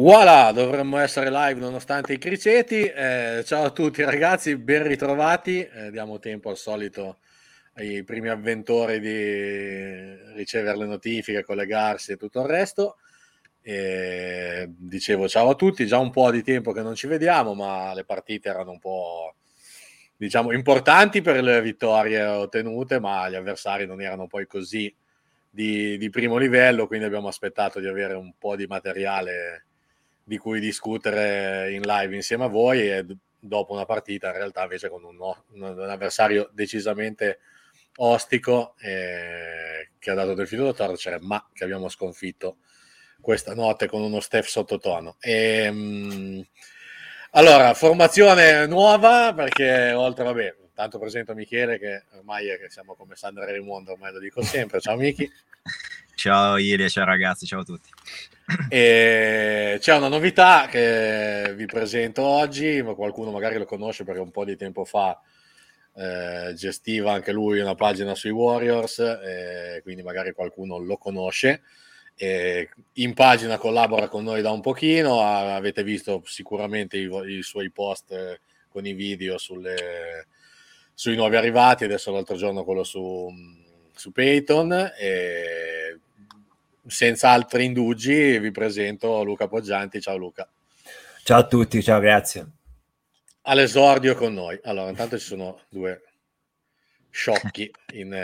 Voilà, dovremmo essere live nonostante i criceti. Ciao a tutti ragazzi, ben ritrovati. Diamo tempo al solito ai primi avventori di ricevere le notifiche, collegarsi e tutto il resto. Dicevo ciao a tutti, già un po' di tempo che non ci vediamo, ma le partite erano un po', diciamo, importanti per le vittorie ottenute, ma gli avversari non erano poi così di primo livello, quindi abbiamo aspettato di avere un po' di materiale di cui discutere in live insieme a voi e dopo una partita in realtà invece con un avversario decisamente ostico che ha dato del filo da torcere, ma che abbiamo sconfitto questa notte con uno Steph sottotono. Allora, formazione nuova perché oltre, vabbè, tanto presento Michele che ormai è che siamo come Sandra e Raimondo, ormai lo dico sempre. Ciao Michi. Ciao Ilia, ciao ragazzi, ciao a tutti. E c'è una novità che vi presento oggi, ma qualcuno magari lo conosce perché un po' di tempo fa gestiva anche lui una pagina sui Warriors, quindi magari qualcuno lo conosce. In pagina collabora con noi da un pochino, avete visto sicuramente i suoi post con i video sui nuovi arrivati, adesso l'altro giorno quello su Peyton. Senza altri indugi vi presento Luca Poggianti. Ciao Luca. Ciao a tutti, ciao, grazie. All'esordio con noi. Allora, intanto ci sono due sciocchi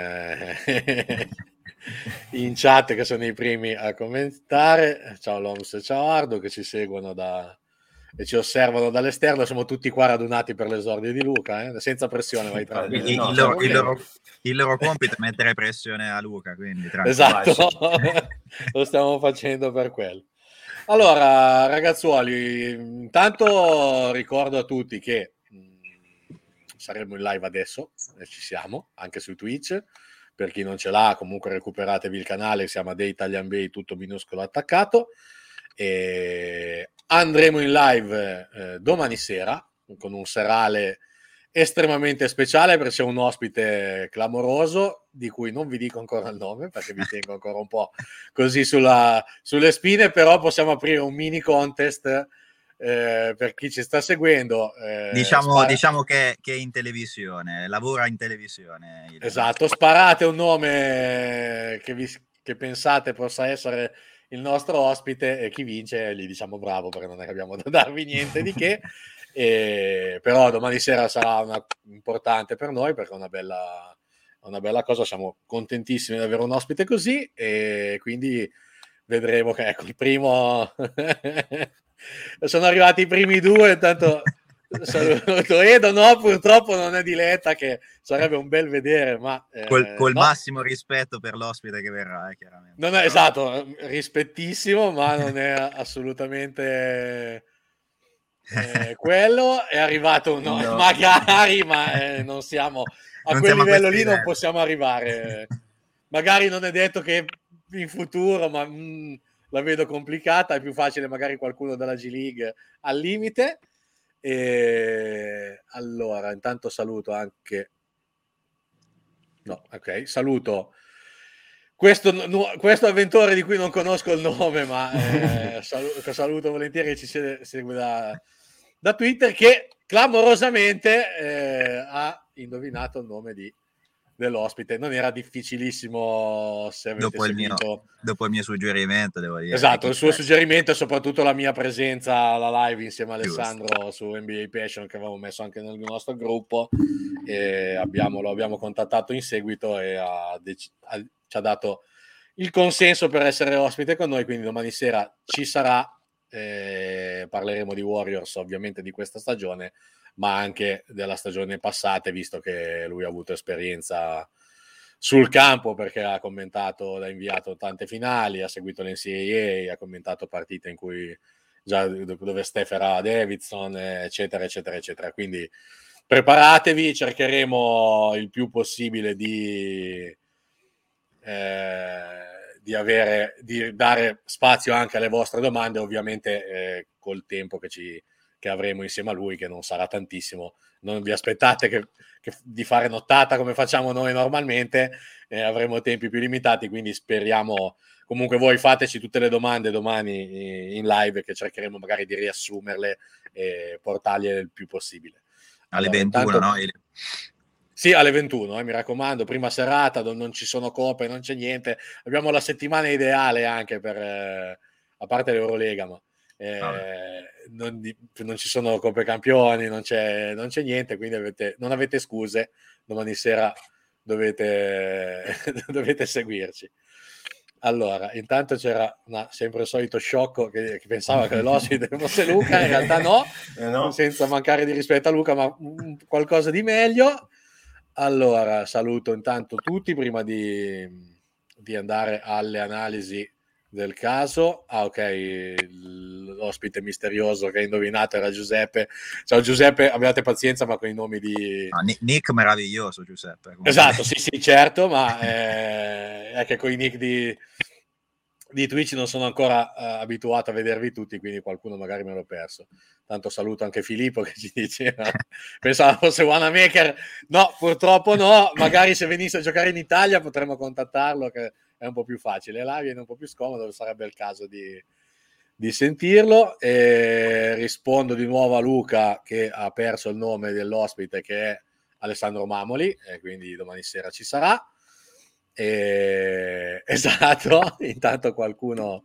in chat che sono i primi a commentare. Ciao Loms e ciao Ardo che ci seguono e ci osservano dall'esterno. Siamo tutti qua radunati per l'esordio di Luca, senza pressione. Vai tranquillo. Il loro compito è mettere pressione a Luca, quindi tranquillo. Esatto, lo stiamo facendo per quello. Allora, ragazzuoli, intanto ricordo a tutti che saremo in live adesso, ci siamo, anche su Twitch. Per chi non ce l'ha, comunque recuperatevi il canale, siamo a The Italian Bay, tutto minuscolo attaccato. E andremo in live domani sera con un serale estremamente speciale perché c'è un ospite clamoroso di cui non vi dico ancora il nome perché vi tengo ancora un po' così sulle spine, però possiamo aprire un mini contest per chi ci sta seguendo. Diciamo che è in televisione, lavora in televisione. Esatto, sparate un nome che pensate possa essere il nostro ospite e chi vince gli diciamo bravo perché non è che abbiamo da darvi niente di che. Però domani sera sarà importante per noi perché è una bella cosa, siamo contentissimi di avere un ospite così e quindi vedremo che ecco il primo sono arrivati i primi due, intanto saluto Edo, no purtroppo non è Diletta che sarebbe un bel vedere ma col no. massimo rispetto per l'ospite che verrà chiaramente. Non è, esatto, rispettissimo ma non è assolutamente quello. È arrivato no. Magari ma non siamo a quel livello lì, non possiamo arrivare. Magari non è detto che in futuro, ma la vedo complicata, è più facile magari qualcuno della G League al limite. E allora intanto saluto anche saluto questo avventore di cui non conosco il nome ma saluto volentieri, ci segue da Twitter, che clamorosamente ha indovinato il nome dell'ospite. Non era difficilissimo se avete seguito. Dopo il mio suggerimento, devo dire. Esatto, il suo suggerimento e soprattutto la mia presenza alla live insieme a Alessandro su NBA Passion che avevamo messo anche nel nostro gruppo e lo abbiamo contattato in seguito e ci ha dato il consenso per essere ospite con noi, quindi domani sera ci sarà. Parleremo di Warriors, ovviamente di questa stagione, ma anche della stagione passata, visto che lui ha avuto esperienza sul campo perché ha commentato, ha inviato tante finali, ha seguito l'NCAA, ha commentato partite in cui già dove Steph era Davidson, eccetera, eccetera, eccetera. Quindi preparatevi, cercheremo il più possibile di dare spazio anche alle vostre domande, ovviamente col tempo che ci che avremo insieme a lui, che non sarà tantissimo. Non vi aspettate di fare nottata come facciamo noi normalmente, avremo tempi più limitati, quindi speriamo. Comunque voi fateci tutte le domande domani in live, che cercheremo magari di riassumerle e portargliele il più possibile. Alle 21, intanto, no? Sì, alle 21, mi raccomando, prima serata, non ci sono coppe, non c'è niente. Abbiamo la settimana ideale anche per, a parte l'Eurolega, ma non ci sono coppe campioni, non c'è niente, quindi non avete scuse, domani sera dovete seguirci. Allora, intanto c'era sempre il solito sciocco che pensava che l'ospite fosse Luca, in realtà no, senza mancare di rispetto a Luca, ma qualcosa di meglio. Allora, saluto intanto tutti prima di andare alle analisi del caso. Ok, l'ospite misterioso che ha indovinato era Giuseppe. Ciao Giuseppe, abbiate pazienza, ma con i nomi di... Nick meraviglioso, Giuseppe. Esatto, sì, certo, ma è che con i nick di Twitch non sono ancora abituato a vedervi tutti, quindi qualcuno magari me l'ho perso. Tanto saluto anche Filippo che ci diceva, pensavo fosse Wanamaker. No, purtroppo no, magari se venisse a giocare in Italia potremmo contattarlo, che è un po' più facile. Là viene un po' più scomodo, sarebbe il caso di sentirlo. E rispondo di nuovo a Luca che ha perso il nome dell'ospite, che è Alessandro Mamoli, e quindi domani sera ci sarà. Esatto, intanto qualcuno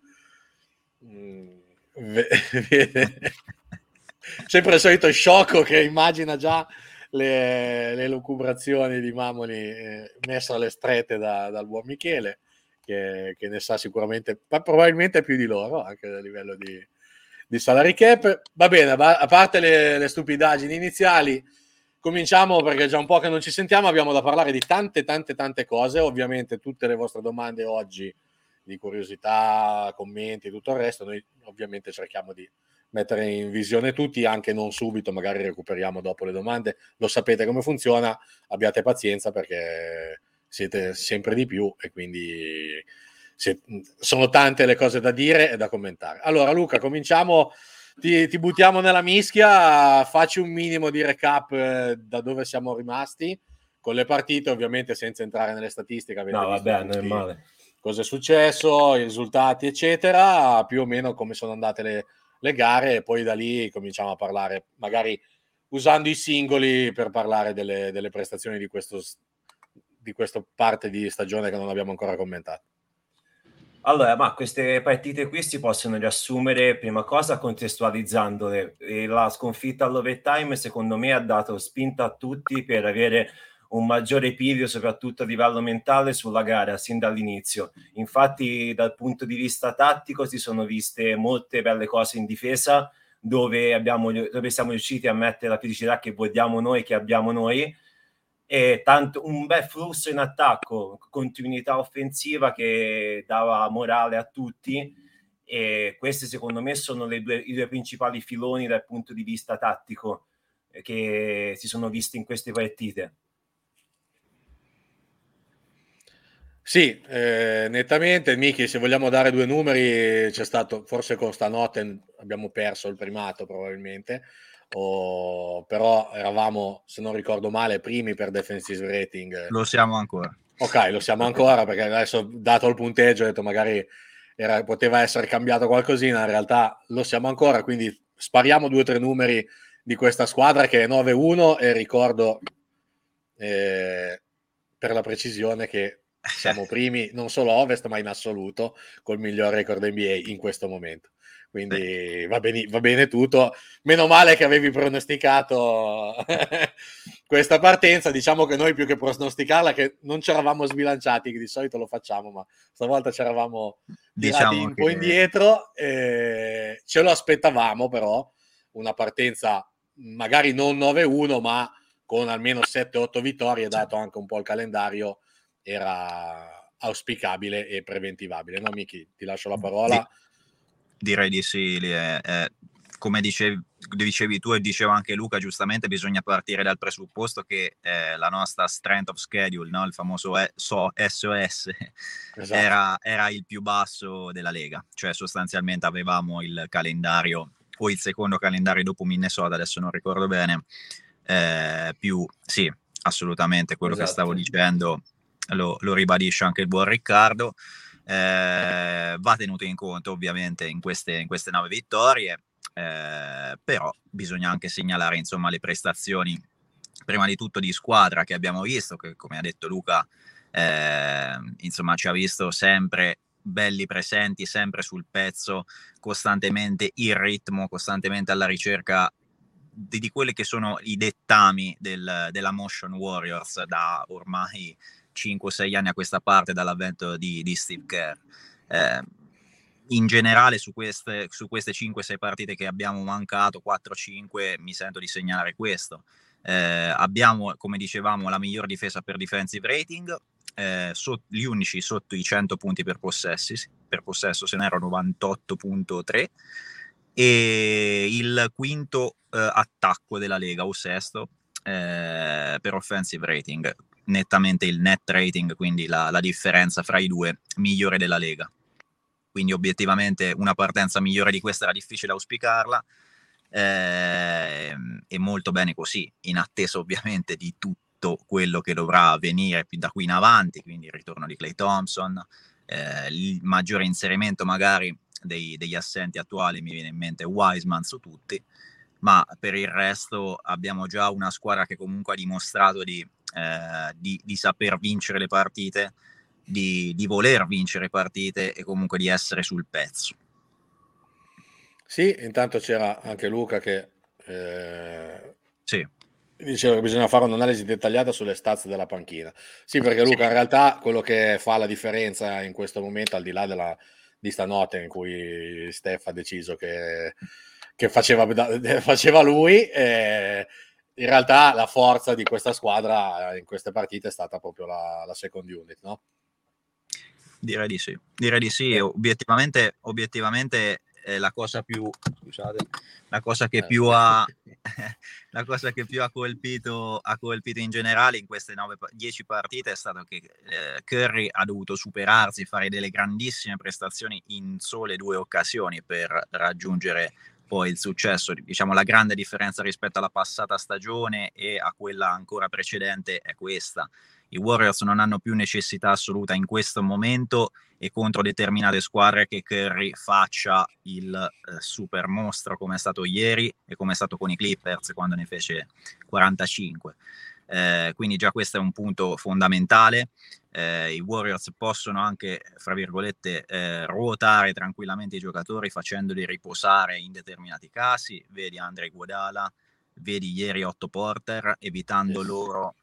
vede sempre il solito sciocco che immagina già le lucubrazioni di Mamoli messo alle strette dal buon Michele, che ne sa sicuramente, probabilmente più di loro, anche a livello di salary cap. Va bene, a parte le stupidaggini iniziali, cominciamo, perché è già un po' che non ci sentiamo, abbiamo da parlare di tante cose. Ovviamente tutte le vostre domande oggi, di curiosità, commenti, tutto il resto, noi ovviamente cerchiamo di mettere in visione tutti, anche non subito, magari recuperiamo dopo le domande. Lo sapete come funziona, abbiate pazienza perché siete sempre di più e quindi sono tante le cose da dire e da commentare. Allora Luca, cominciamo. Ti buttiamo nella mischia, facci un minimo di recap da dove siamo rimasti con le partite, ovviamente senza entrare nelle statistiche. Avete visto normale. Cosa è successo, i risultati eccetera, più o meno come sono andate le gare, e poi da lì cominciamo a parlare, magari usando i singoli per parlare delle prestazioni di questa parte di stagione che non abbiamo ancora commentato. Allora, ma queste partite qui si possono riassumere, prima cosa, contestualizzandole. La sconfitta all'overtime, secondo me, ha dato spinta a tutti per avere un maggiore piglio, soprattutto a livello mentale, sulla gara, sin dall'inizio. Infatti, dal punto di vista tattico, si sono viste molte belle cose in difesa, dove siamo riusciti a mettere la fisicità che vogliamo noi, che abbiamo noi, e tanto un bel flusso in attacco, continuità offensiva che dava morale a tutti, e questi secondo me sono i due principali filoni dal punto di vista tattico che si sono visti in queste partite. Sì, nettamente. Miki, se vogliamo dare due numeri, c'è stato, forse con Stanotten abbiamo perso il primato probabilmente, però eravamo, se non ricordo male, primi per defensive rating. Lo siamo ancora. Ok, lo siamo ancora, perché adesso, dato il punteggio, ho detto magari poteva essere cambiato qualcosina, in realtà lo siamo ancora, quindi spariamo 2 o 3 numeri di questa squadra che è 9-1, e ricordo per la precisione che siamo primi non solo a Ovest ma in assoluto, col miglior record NBA in questo momento, quindi va bene tutto. Meno male che avevi pronosticato questa partenza. Diciamo che noi, più che pronosticarla, che non ci eravamo sbilanciati, che di solito lo facciamo, ma stavolta ci eravamo tirati un po' indietro, ce lo aspettavamo, però una partenza magari non 9-1 ma con almeno 7-8 vittorie, dato anche un po' il calendario, era auspicabile e preventivabile, no Miki? Ti lascio la parola. Direi di sì. Come dicevi tu e diceva anche Luca, giustamente bisogna partire dal presupposto che la nostra strength of schedule, no? Il famoso SOS, esatto, era il più basso della Lega, cioè sostanzialmente avevamo il calendario poi il secondo calendario dopo Minnesota, adesso non ricordo bene, più sì, assolutamente quello che stavo dicendo lo ribadisce anche il buon Riccardo. Va tenuto in conto ovviamente in queste 9 vittorie, però bisogna anche segnalare insomma le prestazioni prima di tutto di squadra che abbiamo visto, che come ha detto Luca insomma ci ha visto sempre belli presenti, sempre sul pezzo, costantemente in ritmo, costantemente alla ricerca di quelli che sono i dettami della Motion Warriors da ormai 5-6 anni a questa parte, dall'avvento di Steve Kerr. In generale su queste 5-6 partite che abbiamo mancato, 4-5, mi sento di segnalare questo. Abbiamo, come dicevamo, la miglior difesa per defensive rating, gli unici sotto i 100 punti per possesso, se ne erano 98.3, e il quinto attacco della Lega, o sesto, per offensive rating, nettamente il net rating, quindi la differenza fra i due, migliore della Lega. Quindi obiettivamente una partenza migliore di questa era difficile auspicarla, e molto bene così, in attesa ovviamente di tutto quello che dovrà avvenire da qui in avanti, quindi il ritorno di Klay Thompson, il maggiore inserimento magari degli assenti attuali, mi viene in mente Wiseman su tutti, ma per il resto abbiamo già una squadra che comunque ha dimostrato di saper vincere le partite, di voler vincere partite e comunque di essere sul pezzo. Sì, intanto c'era anche Luca che sì, diceva che bisogna fare un'analisi dettagliata sulle stats della panchina. Sì, perché Luca, in realtà quello che fa la differenza in questo momento, al di là di stanotte in cui Steph ha deciso che faceva lui, in realtà la forza di questa squadra in queste partite è stata proprio la second unit, no? Direi di sì. Obiettivamente la cosa più, scusate, la cosa che più ha colpito in generale in queste 10 partite è stato che Curry ha dovuto superarsi, fare delle grandissime prestazioni in sole 2 occasioni per raggiungere poi il successo. Diciamo, la grande differenza rispetto alla passata stagione e a quella ancora precedente è questa: i Warriors non hanno più necessità assoluta in questo momento e contro determinate squadre che Curry faccia il super mostro come è stato ieri e come è stato con i Clippers quando ne fece 45. Quindi già questo è un punto fondamentale. I Warriors possono anche, fra virgolette, ruotare tranquillamente i giocatori facendoli riposare in determinati casi. Vedi Andre Iguodala, vedi ieri Otto Porter, evitando loro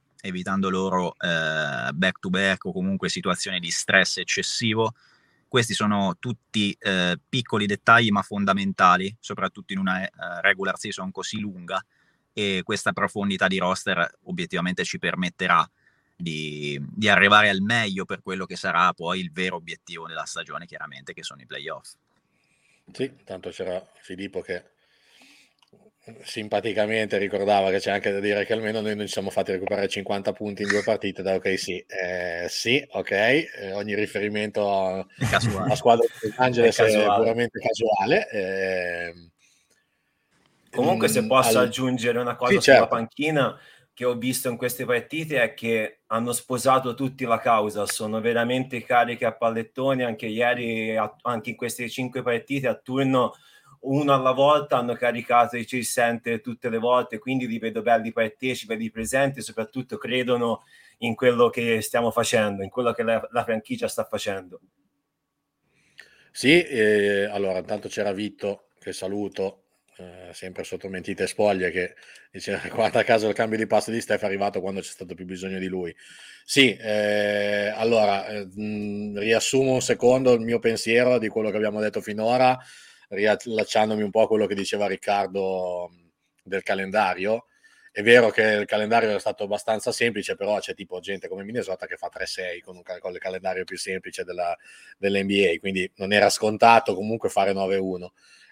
back to back o comunque situazioni di stress eccessivo. Questi sono tutti piccoli dettagli ma fondamentali, soprattutto in una regular season così lunga, e questa profondità di roster obiettivamente ci permetterà di arrivare al meglio per quello che sarà poi il vero obiettivo della stagione, chiaramente, che sono i playoff. Sì, tanto c'era Filippo che simpaticamente ricordava che c'è anche da dire che almeno noi non ci siamo fatti recuperare 50 punti in 2 partite da OKC. Sì, ok, ogni riferimento a squadra di Los Angeles è puramente casuale. Comunque, se posso aggiungere una cosa sulla panchina che ho visto in queste partite, è che hanno sposato tutti la causa, sono veramente carichi a pallettoni. Anche ieri, anche in queste 5 partite a turno, uno alla volta, hanno caricato i Chase Center tutte le volte, quindi li vedo belli partecipi, belli presenti, soprattutto credono in quello che stiamo facendo, in quello che la franchigia sta facendo. Sì, allora intanto c'era Vitto, che saluto, sempre sotto mentite spoglie, che dice: guarda caso il cambio di passo di Steph è arrivato quando c'è stato più bisogno di lui. Sì, allora riassumo un secondo il mio pensiero di quello che abbiamo detto finora, riallacciandomi un po' a quello che diceva Riccardo del calendario. È vero che il calendario è stato abbastanza semplice, però c'è tipo gente come Minnesota che fa 3-6 con il calendario più semplice dell'NBA, quindi non era scontato comunque fare 9-1.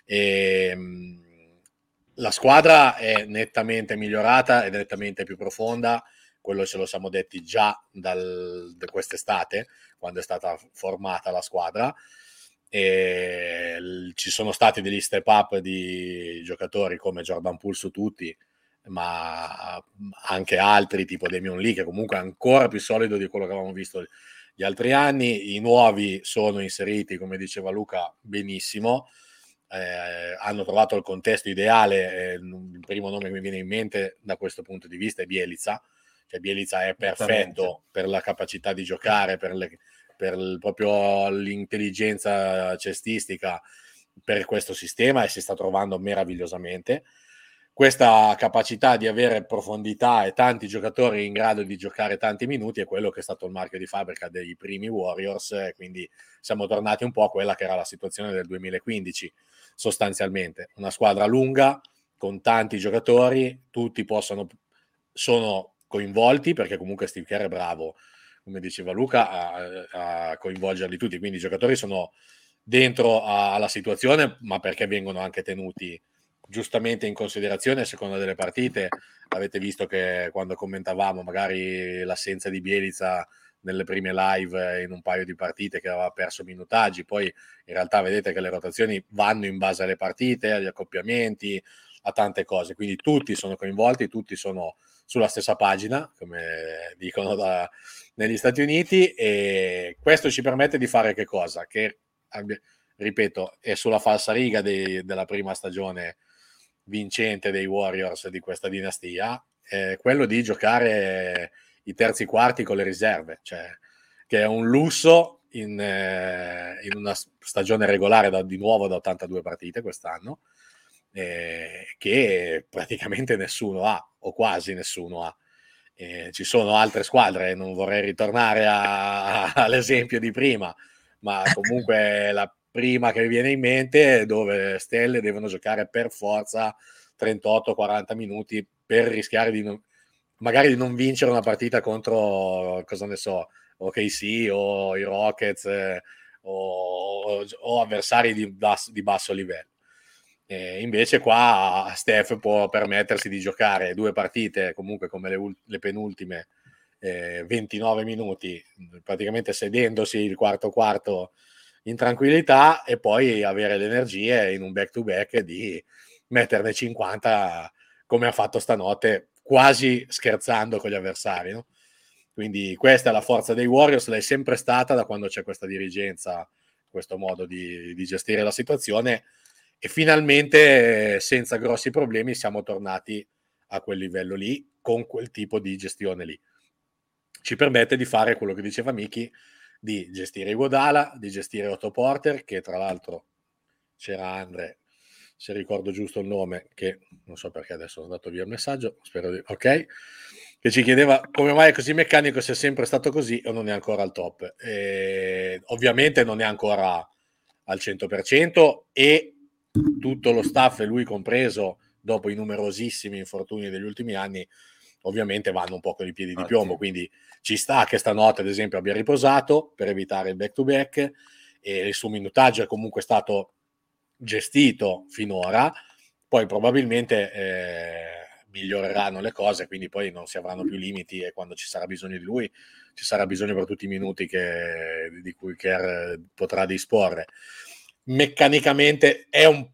La squadra è nettamente migliorata, è nettamente più profonda, quello ce lo siamo detti già da quest'estate, quando è stata formata la squadra. e ci sono stati degli step up di giocatori come Jordan Poole su tutti, ma anche altri tipo Damian Lee, che comunque è ancora più solido di quello che avevamo visto gli altri anni. I nuovi sono inseriti, come diceva Luca, benissimo, hanno trovato il contesto ideale. Il primo nome che mi viene in mente da questo punto di vista è Bjelica. Cioè Bjelica è perfetto per la capacità di giocare, per proprio l'intelligenza cestistica per questo sistema, e si sta trovando meravigliosamente. Questa capacità di avere profondità e tanti giocatori in grado di giocare tanti minuti è quello che è stato il marchio di fabbrica dei primi Warriors, quindi siamo tornati un po' a quella che era la situazione del 2015, sostanzialmente. Una squadra lunga, con tanti giocatori, tutti sono coinvolti, perché comunque Steve Kerr è bravo, come diceva Luca, a coinvolgerli tutti, quindi i giocatori sono dentro alla situazione, ma perché vengono anche tenuti giustamente in considerazione a seconda delle partite. Avete visto che quando commentavamo magari l'assenza di Bjelica nelle prime live in un paio di partite, che aveva perso minutaggi, poi in realtà vedete che le rotazioni vanno in base alle partite, agli accoppiamenti, a tante cose, quindi tutti sono coinvolti, tutti sono sulla stessa pagina, come dicono negli Stati Uniti, e questo ci permette di fare che cosa? Che, ripeto, è sulla falsariga della prima stagione vincente dei Warriors di questa dinastia, quello di giocare i terzi quarti con le riserve, cioè, che è un lusso in una stagione regolare di nuovo da 82 partite quest'anno, che praticamente nessuno ha, o quasi nessuno ha. Ci sono altre squadre, non vorrei ritornare all'esempio di prima, ma comunque la prima che mi viene in mente, dove stelle devono giocare per forza 38-40 minuti per rischiare magari di non vincere una partita contro, cosa ne so, OKC o i Rockets, o avversari di basso livello. Invece qua Steph può permettersi di giocare 2 partite comunque come le penultime, 29 minuti praticamente sedendosi il quarto in tranquillità, e poi avere le energie in un back to back di metterne 50 come ha fatto stanotte, quasi scherzando con gli avversari, no? Quindi questa è la forza dei Warriors, l'è sempre stata da quando c'è questa dirigenza, questo modo di gestire la situazione, e finalmente senza grossi problemi siamo tornati a quel livello lì, con quel tipo di gestione lì. Ci permette di fare quello che diceva Miki, di gestire Iguodala, di gestire Otto Porter, che tra l'altro c'era Andre, se ricordo giusto il nome, che non so perché adesso ho andato via il messaggio, spero di... ok, che ci chiedeva come mai è così meccanico, se è sempre stato così o non è ancora al top. Ovviamente non è ancora al 100%, e tutto lo staff, e lui compreso, dopo i numerosissimi infortuni degli ultimi anni, ovviamente vanno un po' con i piedi di piombo, quindi ci sta che stanotte ad esempio abbia riposato per evitare il back to back, e il suo minutaggio è comunque stato gestito finora, poi probabilmente miglioreranno le cose, quindi poi non si avranno più limiti, e quando ci sarà bisogno di lui ci sarà bisogno per tutti i minuti di cui Kerr potrà disporre. Meccanicamente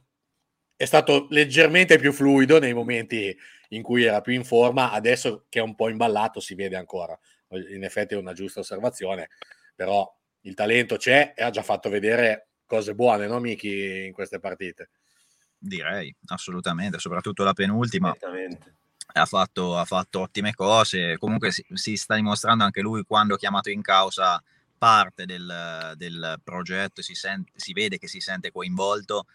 è stato leggermente più fluido nei momenti in cui era più in forma, adesso che è un po' imballato si vede ancora. In effetti è una giusta osservazione, però il talento c'è e ha già fatto vedere cose buone, no Miki, in queste partite? Direi, assolutamente, soprattutto la penultima ha fatto ottime cose. Comunque si sta dimostrando anche lui, quando chiamato in causa parte del progetto, si vede che si sente coinvolto,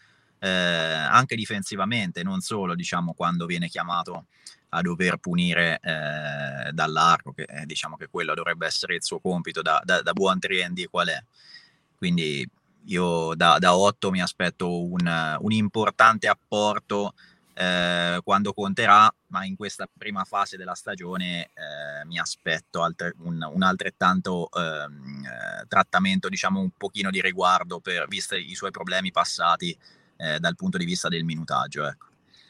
anche difensivamente, non solo diciamo quando viene chiamato a dover punire dall'arco, che diciamo che quello dovrebbe essere il suo compito da buon 3&D qual è. Quindi io da 8 mi aspetto un importante apporto quando conterà, ma in questa prima fase della stagione mi aspetto un altrettanto trattamento, diciamo un pochino di riguardo, visto i suoi problemi passati dal punto di vista del minutaggio, ecco.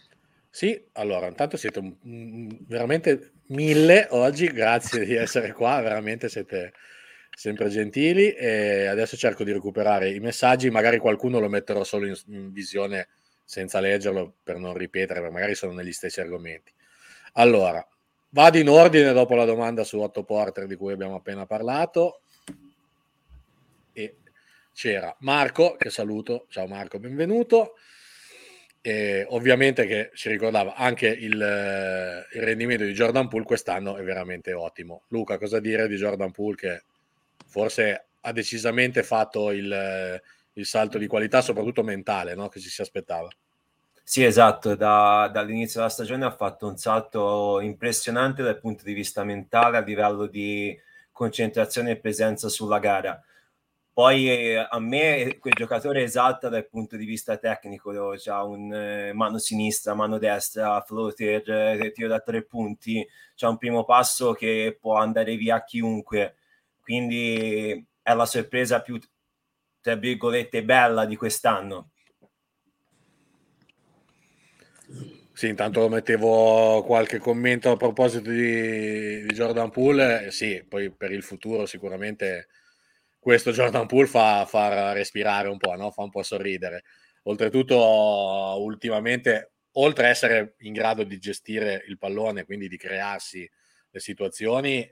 Sì, allora intanto siete veramente 1000 oggi, grazie di essere qua, veramente siete sempre gentili, e adesso cerco di recuperare i messaggi, magari qualcuno lo metterò solo in visione senza leggerlo per non ripetere, perché magari sono negli stessi argomenti. Allora, vado in ordine dopo la domanda su Otto Porter di cui abbiamo appena parlato, e c'era Marco, che saluto, ciao Marco, benvenuto. E ovviamente che ci ricordava anche il rendimento di Jordan Poole quest'anno è veramente ottimo. Luca, cosa dire di Jordan Poole, che forse ha decisamente fatto il salto di qualità, soprattutto mentale, no? Che ci si aspettava. Sì, esatto, dall'inizio della stagione ha fatto un salto impressionante dal punto di vista mentale, a livello di concentrazione e presenza sulla gara. Poi a me quel giocatore esalta dal punto di vista tecnico, c'ha un mano sinistra, mano destra, floater, tiro da 3 punti, c'ha un primo passo che può andare via a chiunque, quindi è la sorpresa più, tra virgolette, bella di quest'anno. Sì, intanto mettevo qualche commento a proposito di Jordan Poole. Sì, poi per il futuro sicuramente questo Jordan Poole fa respirare un po', no? Fa un po' sorridere. Oltretutto, ultimamente, oltre a essere in grado di gestire il pallone, quindi di crearsi le situazioni,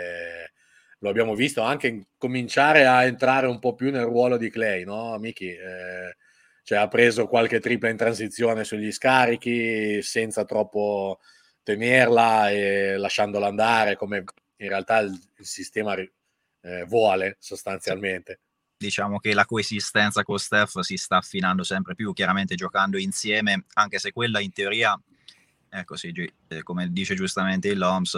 lo abbiamo visto anche cominciare a entrare un po' più nel ruolo di Clay, no, Miki? Cioè, ha preso qualche tripla in transizione sugli scarichi senza troppo tenerla e lasciandola andare, come in realtà il sistema vuole sostanzialmente. Diciamo che la coesistenza con Steph si sta affinando sempre più, chiaramente giocando insieme, anche se quella in teoria, ecco sì, come dice giustamente il Loms,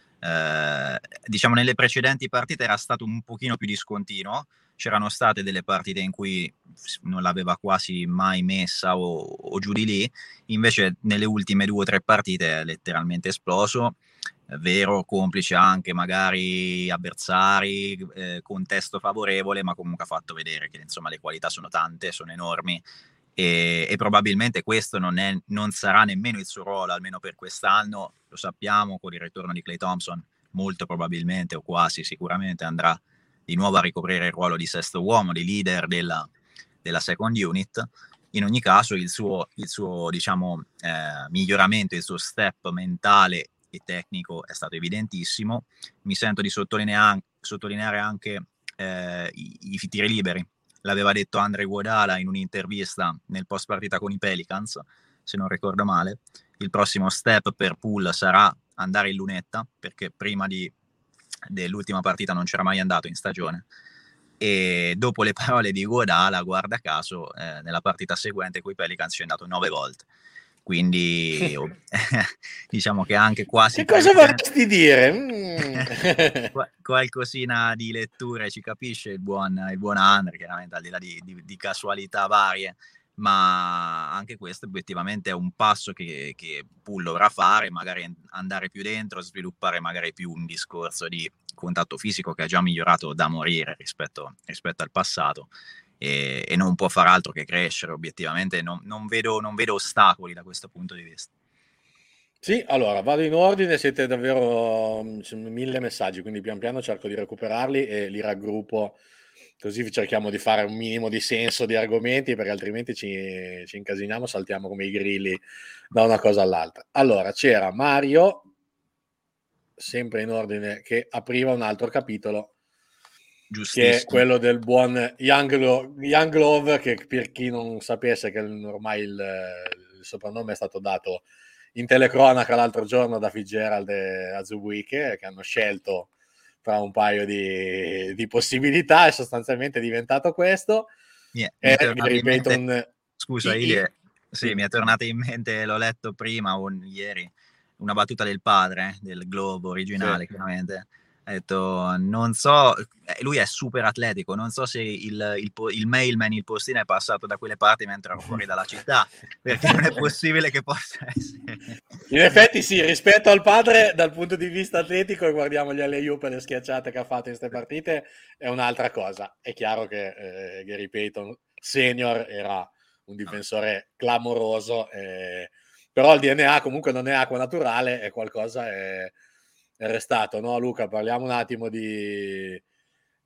diciamo nelle precedenti partite era stato un pochino più discontinuo. C'erano state delle partite in cui non l'aveva quasi mai messa o giù di lì, invece nelle ultime 2 o 3 partite è letteralmente esploso. Vero, complice anche magari avversari, contesto favorevole, ma comunque ha fatto vedere che insomma le qualità sono tante, sono enormi, e probabilmente questo non sarà nemmeno il suo ruolo, almeno per quest'anno. Lo sappiamo, con il ritorno di Klay Thompson molto probabilmente o quasi sicuramente andrà di nuovo a ricoprire il ruolo di sesto uomo, di leader della second unit. In ogni caso il suo diciamo, miglioramento, il suo step mentale e tecnico è stato evidentissimo. Mi sento di sottolineare anche i tiri liberi. L'aveva detto Andre Iguodala in un'intervista nel post partita con i Pelicans, se non ricordo male. Il prossimo step per Poole sarà andare in lunetta, perché prima dell'ultima partita non c'era mai andato in stagione, e dopo le parole di Iguodala, guarda caso, nella partita seguente coi Pelicans ci è andato 9 volte. Quindi diciamo che anche quasi che cosa vorresti dire? Qualcosina di letture ci capisce il buon Andre, chiaramente al di là di casualità varie, ma anche questo obiettivamente è un passo che Poole dovrà fare, magari andare più dentro, sviluppare magari più un discorso di contatto fisico che ha già migliorato da morire rispetto al passato, e non può far altro che crescere. Obiettivamente non vedo ostacoli da questo punto di vista. Sì, allora vado in ordine, siete davvero 1000 messaggi, quindi pian piano cerco di recuperarli e li raggruppo, così cerchiamo di fare un minimo di senso di argomenti, perché altrimenti ci incasiniamo, saltiamo come i grilli da una cosa all'altra. Allora, c'era Mario, sempre in ordine, che apriva un altro capitolo, che è quello del buon Young Love, che per chi non sapesse che ormai il soprannome è stato dato in telecronaca l'altro giorno da Fitzgerald e Azubuike, che hanno scelto tra un paio di possibilità, e sostanzialmente è diventato questo. Mi ripeto, scusa, sì. mi è tornata in mente, l'ho letto prima o ieri, una battuta del padre del Globo originale, sì. Chiaramente ha detto, non so, lui è super atletico, non so se il mailman, il postino è passato da quelle parti mentre ero fuori dalla città, perché non è possibile che possa essere. In effetti sì, rispetto al padre dal punto di vista atletico, e guardiamo gli alley-oop e le schiacciate che ha fatto in queste partite, è un'altra cosa. È chiaro che Gary Payton senior era un difensore clamoroso, però il DNA comunque non è acqua naturale, è qualcosa, è restato, no Luca? Parliamo un attimo di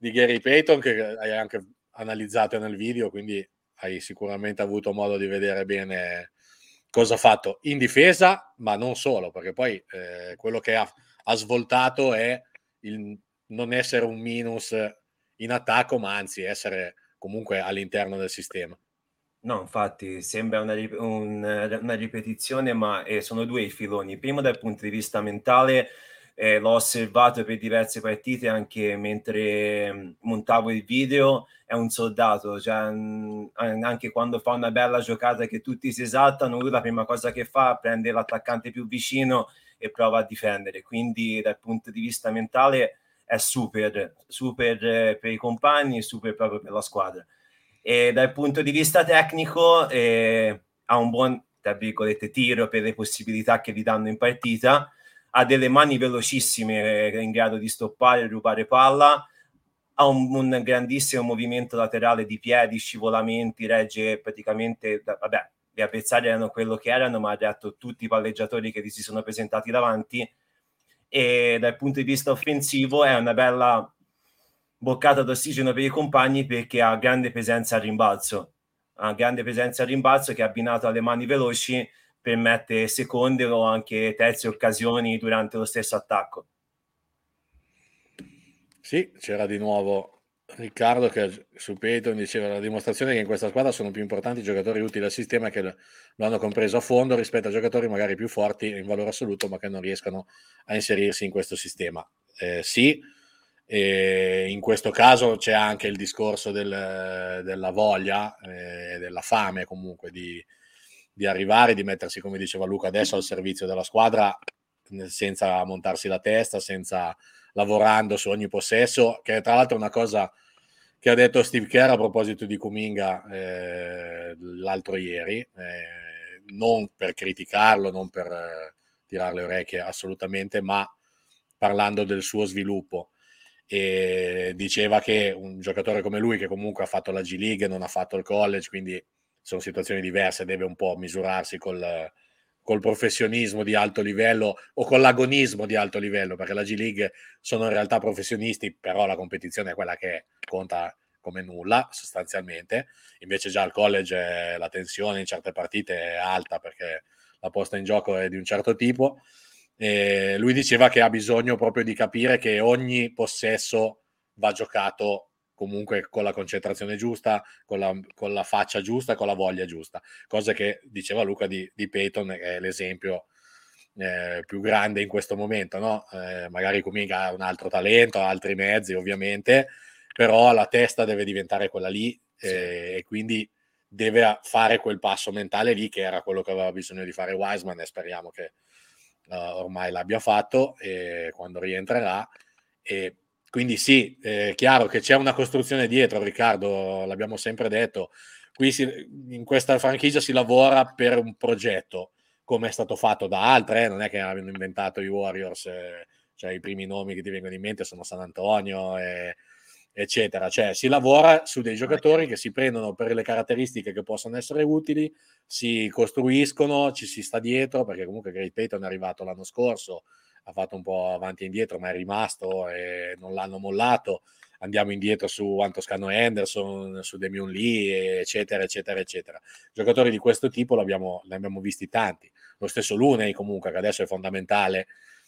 Gary Payton, che hai anche analizzato nel video, quindi hai sicuramente avuto modo di vedere bene cosa ha fatto in difesa, ma non solo, perché poi quello che ha svoltato è il non essere un minus in attacco, ma anzi essere comunque all'interno del sistema. No, infatti sembra una ripetizione, ma sono due i filoni. Primo dal punto di vista mentale, l'ho osservato per diverse partite anche mentre montavo il video, è un soldato, cioè, anche quando fa una bella giocata che tutti si esaltano, lui la prima cosa che fa prende l'attaccante più vicino e prova a difendere. Quindi dal punto di vista mentale è super per i compagni, super proprio per la squadra. E dal punto di vista tecnico ha un buon, tra virgolette, tiro per le possibilità che gli danno in partita, ha delle mani velocissime in grado di stoppare e rubare palla, ha un grandissimo movimento laterale di piedi, scivolamenti, regge praticamente, vabbè, gli avversari erano quello che erano, ma ha retto tutti i palleggiatori che gli si sono presentati davanti, e dal punto di vista offensivo è una bella boccata d'ossigeno per i compagni perché ha grande presenza al rimbalzo, che abbinato alle mani veloci permette seconde o anche terze occasioni durante lo stesso attacco. Sì, c'era di nuovo Riccardo che su Peyton diceva la dimostrazione che in questa squadra sono più importanti i giocatori utili al sistema che lo hanno compreso a fondo rispetto a giocatori magari più forti in valore assoluto ma che non riescono a inserirsi in questo sistema. Sì, in questo caso c'è anche il discorso della voglia, della fame comunque di arrivare, di mettersi, come diceva Luca, adesso al servizio della squadra senza montarsi la testa, senza lavorando su ogni possesso, che tra l'altro è una cosa che ha detto Steve Kerr a proposito di Kuminga l'altro ieri, non per criticarlo, non per tirare le orecchie assolutamente, ma parlando del suo sviluppo. E diceva che un giocatore come lui, che comunque ha fatto la G League, non ha fatto il college, quindi sono situazioni diverse, deve un po' misurarsi col professionismo di alto livello o con l'agonismo di alto livello, perché la G League sono in realtà professionisti, però la competizione è quella che conta come nulla sostanzialmente, invece già al college la tensione in certe partite è alta perché la posta in gioco è di un certo tipo. E lui diceva che ha bisogno proprio di capire che ogni possesso va giocato comunque con la concentrazione giusta, con la faccia giusta, con la voglia giusta, cosa che diceva Luca di Peyton, che è l'esempio più grande in questo momento, no? Magari Kuminga ha un altro talento, ha altri mezzi ovviamente, però la testa deve diventare quella lì e quindi deve fare quel passo mentale lì che era quello che aveva bisogno di fare Wiseman e speriamo che ormai l'abbia fatto quando rientrerà. E quindi sì, è chiaro che c'è una costruzione dietro, Riccardo, l'abbiamo sempre detto, qui in questa franchigia si lavora per un progetto, come è stato fatto da altre, non è che abbiano inventato i Warriors, cioè i primi nomi che ti vengono in mente sono San Antonio, eccetera, cioè si lavora su dei giocatori che si prendono per le caratteristiche che possono essere utili, si costruiscono, ci si sta dietro, perché comunque Gary Payton è arrivato l'anno scorso, ha fatto un po' avanti e indietro, ma è rimasto e non l'hanno mollato. Andiamo indietro su Toscano Henderson, su Damian Lee, eccetera, eccetera, eccetera. Giocatori di questo tipo ne abbiamo visti tanti. Lo stesso Looney comunque, che adesso è fondamentale,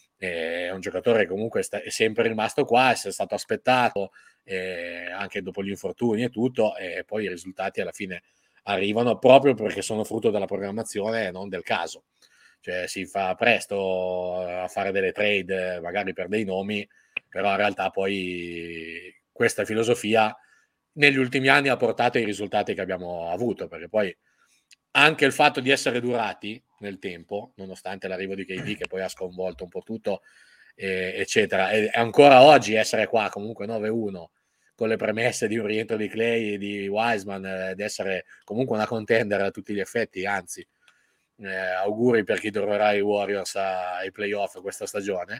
è un giocatore che comunque è sempre rimasto qua, è stato aspettato anche dopo gli infortuni e tutto, e poi i risultati alla fine arrivano proprio perché sono frutto della programmazione e non del caso. Cioè si fa presto a fare delle trade magari per dei nomi, però in realtà poi questa filosofia negli ultimi anni ha portato i risultati che abbiamo avuto, perché poi anche il fatto di essere durati nel tempo, nonostante l'arrivo di KD che poi ha sconvolto un po' tutto, eccetera, e ancora oggi essere qua comunque 9-1 con le premesse di un rientro di Clay e di Wiseman ed essere comunque una contender a tutti gli effetti, anzi auguri per chi troverà i Warriors ai playoff questa stagione,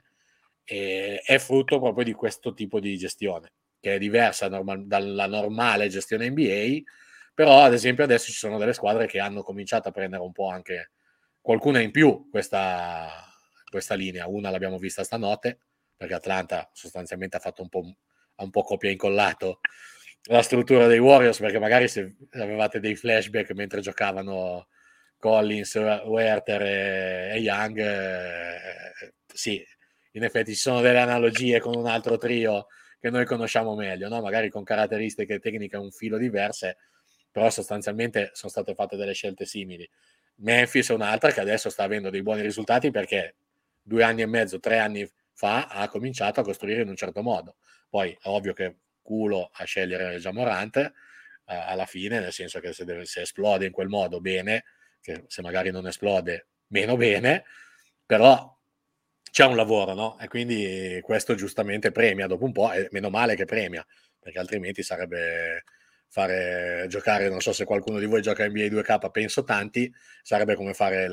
è frutto proprio di questo tipo di gestione che è diversa dalla normale gestione NBA, però ad esempio adesso ci sono delle squadre che hanno cominciato a prendere un po' anche qualcuna in più questa linea. Una l'abbiamo vista stanotte perché Atlanta sostanzialmente ha fatto un po' un po' copia e incollato la struttura dei Warriors, perché magari se avevate dei flashback mentre giocavano Collins, Werther e Young, sì, in effetti ci sono delle analogie con un altro trio che noi conosciamo meglio, no? Magari con caratteristiche tecniche un filo diverse, però sostanzialmente sono state fatte delle scelte simili. Memphis è un'altra che adesso sta avendo dei buoni risultati perché 2 anni e mezzo, 3 anni fa ha cominciato a costruire in un certo modo. Poi è ovvio che culo a scegliere Ja Morant alla fine, nel senso che se esplode in quel modo bene, che se magari non esplode meno bene, però c'è un lavoro, no? E quindi questo giustamente premia dopo un po', e meno male che premia, perché altrimenti sarebbe fare giocare, non so se qualcuno di voi gioca NBA 2K, penso tanti, sarebbe come fare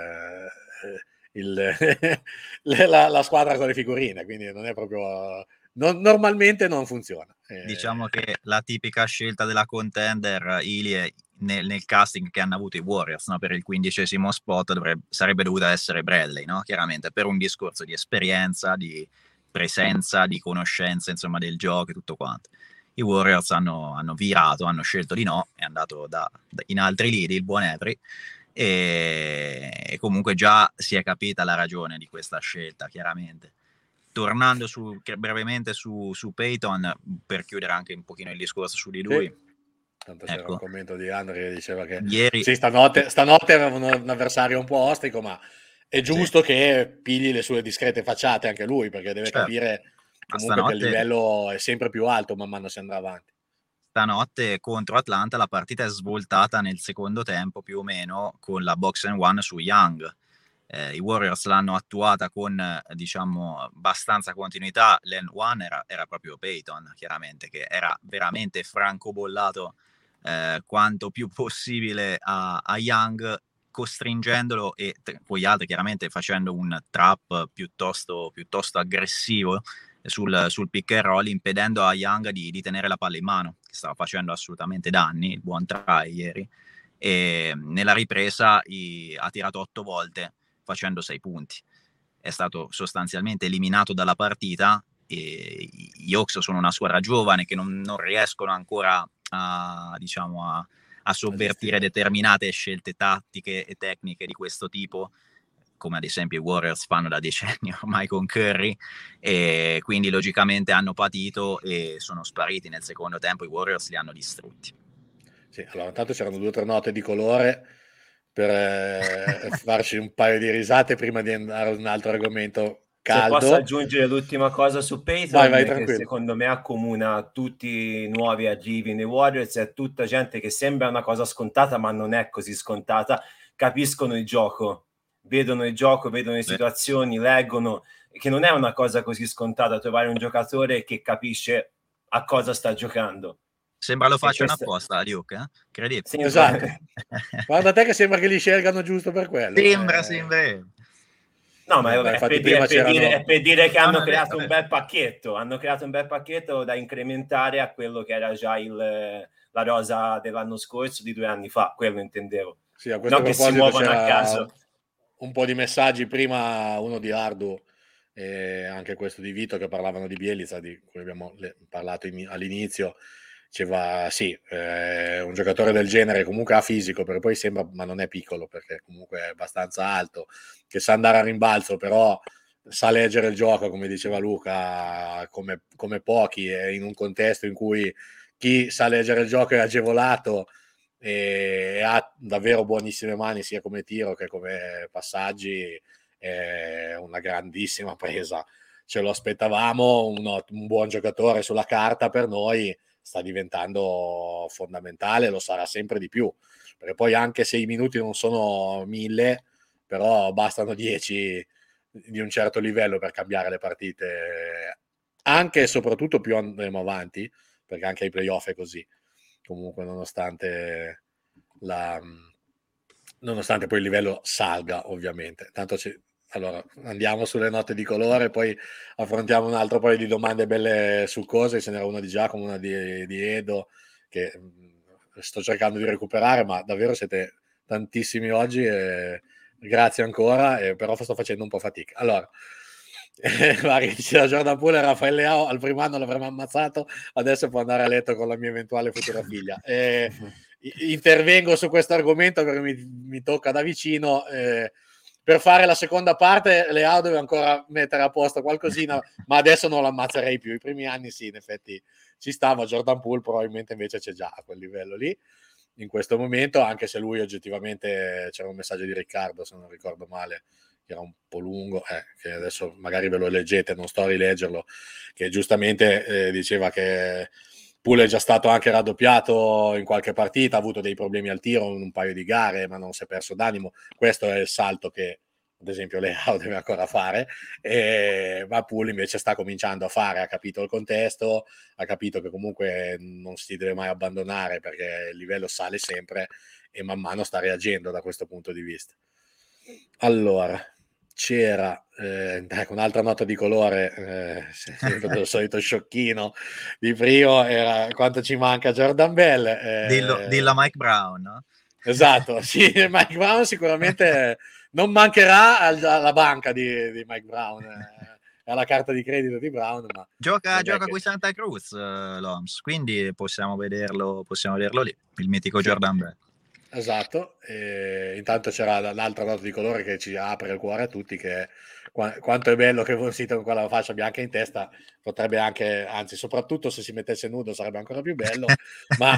la squadra con le figurine, quindi non è proprio... normalmente non funziona. Diciamo che la tipica scelta della contender Ilie nel casting che hanno avuto i Warriors, no? Per il 15° spot sarebbe dovuta essere Bradley, no? Chiaramente per un discorso di esperienza, di presenza, di conoscenza, insomma, del gioco e tutto quanto. I Warriors hanno virato, hanno scelto di no, è andato in altri lidi il buon Every, e comunque già si è capita la ragione di questa scelta, chiaramente. Tornando brevemente su Peyton, per chiudere anche un pochino il discorso su di lui. Sì. Tanto c'era un commento di Andre che diceva che ieri, sì, stanotte avevano un avversario un po' ostico, ma è giusto che pigli le sue discrete facciate anche lui, perché deve capire comunque che il livello è sempre più alto man mano si andrà avanti. Stanotte contro Atlanta la partita è svoltata nel secondo tempo più o meno con la box and one su Young. I Warriors l'hanno attuata con, diciamo, abbastanza continuità. L'N1 era proprio Peyton, chiaramente, che era veramente francobollato quanto più possibile a Young, costringendolo, e poi altri chiaramente facendo un trap piuttosto aggressivo sul pick and roll, impedendo a Young di tenere la palla in mano, che stava facendo assolutamente danni, il buon try ieri, e nella ripresa ha tirato 8 volte facendo 6 punti. È stato sostanzialmente eliminato dalla partita, e gli Hawks sono una squadra giovane che non riescono ancora a sovvertire determinate scelte tattiche e tecniche di questo tipo, come ad esempio i Warriors fanno da decenni ormai con Curry, e quindi logicamente hanno patito e sono spariti nel secondo tempo. I Warriors li hanno distrutti. Sì, allora intanto c'erano 2 o 3 note di colore per farci un paio di risate prima di andare ad un altro argomento caldo. Se posso aggiungere l'ultima cosa su Peyton, vai, che secondo me accomuna tutti i nuovi arrivi nei Warriors, è tutta gente che sembra una cosa scontata ma non è così scontata, capiscono il gioco, vedono le situazioni, leggono, che non è una cosa così scontata trovare un giocatore che capisce a cosa sta giocando. Sembra lo facciano apposta, Luke, credete? Esatto. Guarda te che sembra che li scelgano giusto per quello. Sembra. No, ma è per dire che hanno creato un bel pacchetto. Hanno creato un bel pacchetto da incrementare a quello che era già la rosa dell'anno scorso, di 2 anni fa. Quello intendevo. Sì, a questo non che si muovono a caso. Un po' di messaggi prima, uno di Ardu e anche questo di Vito, che parlavano di Bjelica, di cui abbiamo parlato all'inizio. Diceva sì, un giocatore del genere comunque ha fisico, perché poi sembra, ma non è piccolo, perché comunque è abbastanza alto, che sa andare a rimbalzo, però sa leggere il gioco, come diceva Luca, come pochi, e in un contesto in cui chi sa leggere il gioco è agevolato e ha davvero buonissime mani sia come tiro che come passaggi, è una grandissima presa. Ce lo aspettavamo, un buon giocatore sulla carta per noi, sta diventando fondamentale, lo sarà sempre di più, perché poi anche se i minuti non sono 1000, però bastano 10 di un certo livello per cambiare le partite, anche e soprattutto più andremo avanti, perché anche ai playoff è così, comunque nonostante poi il livello salga, ovviamente. Tanto allora andiamo sulle note di colore, poi affrontiamo un altro paio di domande belle su cose. Ce n'era una di Giacomo, una di Edo, che sto cercando di recuperare, ma davvero siete tantissimi oggi e grazie ancora, però sto facendo un po' fatica. Allora, Magari dice da Jordan Poole e Rafael Leao al primo anno l'avremmo ammazzato, adesso può andare a letto con la mia eventuale futura figlia. Intervengo su questo argomento perché mi tocca da vicino. Per fare la seconda parte Leao deve ancora mettere a posto qualcosina, ma adesso non lo ammazzerei più. I primi anni sì, in effetti ci stava. Jordan Poole probabilmente invece c'è già a quel livello lì in questo momento, anche se lui oggettivamente, c'era un messaggio di Riccardo se non ricordo male, che era un po' lungo, che adesso magari ve lo leggete, non sto a rileggerlo, che giustamente diceva che Poole è già stato anche raddoppiato in qualche partita, ha avuto dei problemi al tiro in un paio di gare, ma non si è perso d'animo. Questo è il salto che ad esempio Leao deve ancora fare, ma Poole invece sta cominciando a fare, ha capito il contesto, ha capito che comunque non si deve mai abbandonare perché il livello sale sempre e man mano sta reagendo da questo punto di vista. Allora, c'era un'altra nota di colore, sempre il solito sciocchino di primo, era quanto ci manca Jordan Bell. Dillo a Mike Brown, no? Esatto, sì, Mike Brown sicuramente non mancherà alla banca di Mike Brown, alla carta di credito di Brown, ma gioca qui Santa Cruz, l'Oms, quindi possiamo vederlo lì, il mitico sì. Jordan Bell. Esatto, intanto c'era l'altra nota di colore che ci apre il cuore a tutti, che quanto è bello che Von Sito con quella fascia bianca in testa, potrebbe anche, anzi soprattutto se si mettesse nudo sarebbe ancora più bello, ma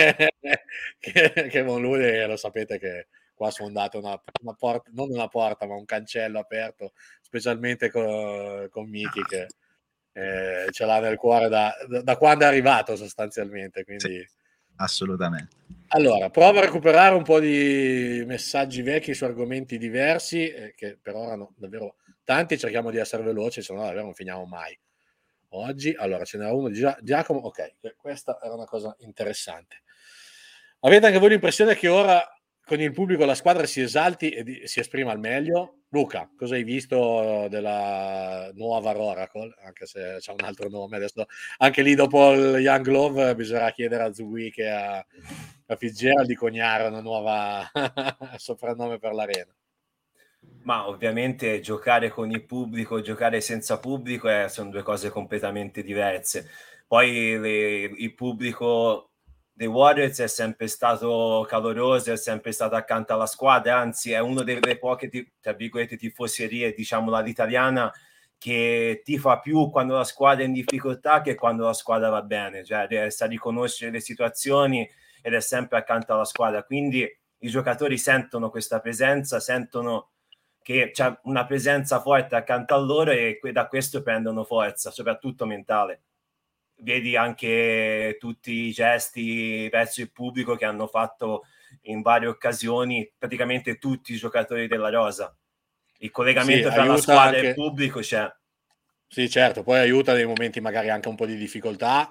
che Von Lude, lo sapete che qua ha sfondato una porta, non una porta ma un cancello aperto, specialmente con Miki che ce l'ha nel cuore da quando è arrivato sostanzialmente, quindi... Sì, assolutamente. Allora, provo a recuperare un po' di messaggi vecchi su argomenti diversi, che per ora no, davvero tanti, cerchiamo di essere veloci, se no davvero non finiamo mai. Oggi, allora, ce n'era uno di Giacomo, ok, questa era una cosa interessante. Avete anche voi l'impressione che ora con il pubblico la squadra si esalti e si esprima al meglio? Luca, cosa hai visto della nuova Roracle? Anche se c'è un altro nome adesso. Anche lì dopo il Young Glove bisognerà chiedere a Zugui che a Fitzgerald di coniare una nuova soprannome per l'arena. Ma ovviamente giocare con il pubblico, giocare senza pubblico sono due cose completamente diverse. Poi il pubblico dei Warriors è sempre stato caloroso, è sempre stato accanto alla squadra, anzi è una delle poche, tra virgolette, tifoserie, diciamo all'italiana, che tifa più quando la squadra è in difficoltà che quando la squadra va bene, cioè sa riconoscere le situazioni ed è sempre accanto alla squadra, quindi i giocatori sentono questa presenza, sentono che c'è una presenza forte accanto a loro e da questo prendono forza, soprattutto mentale. Vedi anche tutti i gesti verso il pubblico che hanno fatto in varie occasioni praticamente tutti i giocatori della rosa. Il collegamento tra la squadra e il pubblico c'è. Sì, certo, poi aiuta nei momenti magari anche un po' di difficoltà,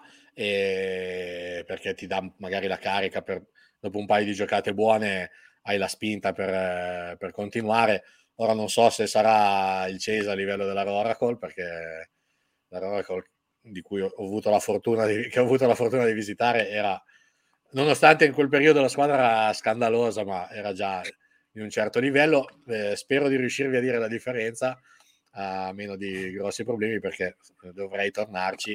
perché ti dà magari la carica dopo un paio di giocate buone, hai la spinta per continuare. Ora non so se sarà il Cesa a livello della Roracle, perché la Roracle di cui ho avuto la fortuna di visitare era, nonostante in quel periodo la squadra era scandalosa, ma era già di un certo livello. Spero di riuscirvi a dire la differenza, a meno di grossi problemi, perché dovrei tornarci.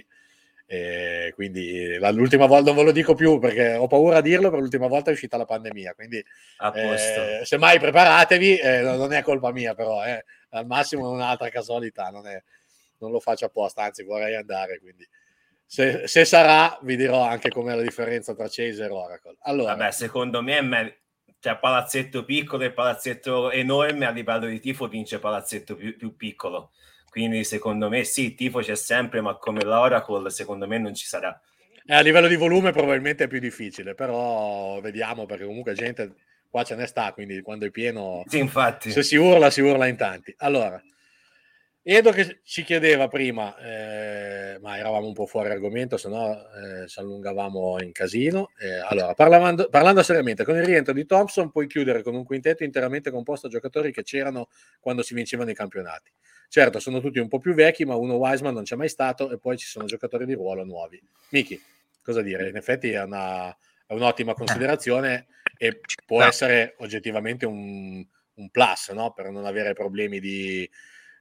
Quindi l'ultima volta non ve lo dico più perché ho paura a dirlo, per l'ultima volta è uscita la pandemia, quindi semmai preparatevi, non è colpa mia, però al massimo è un'altra casualità, non lo faccio apposta, anzi vorrei andare, quindi se sarà vi dirò anche com'è la differenza tra Chase e Oracle. Allora, vabbè, secondo me cioè palazzetto piccolo e palazzetto enorme, a livello di tifo vince palazzetto più piccolo, quindi secondo me sì, il tifo c'è sempre, ma come l'Oracle secondo me non ci sarà. A livello di volume probabilmente è più difficile, però vediamo, perché comunque gente qua ce ne sta, quindi quando è pieno, sì, infatti. Se si urla in tanti. Allora, Edo che ci chiedeva prima, ma eravamo un po' fuori argomento, se no ci allungavamo in casino. Allora, parlando seriamente, con il rientro di Thompson puoi chiudere con un quintetto interamente composto da giocatori che c'erano quando si vincevano i campionati. Certo, sono tutti un po' più vecchi, ma uno Wiseman non c'è mai stato e poi ci sono giocatori di ruolo nuovi. Miki, cosa dire? In effetti è un'ottima considerazione e può essere oggettivamente un plus, no? Per non avere problemi di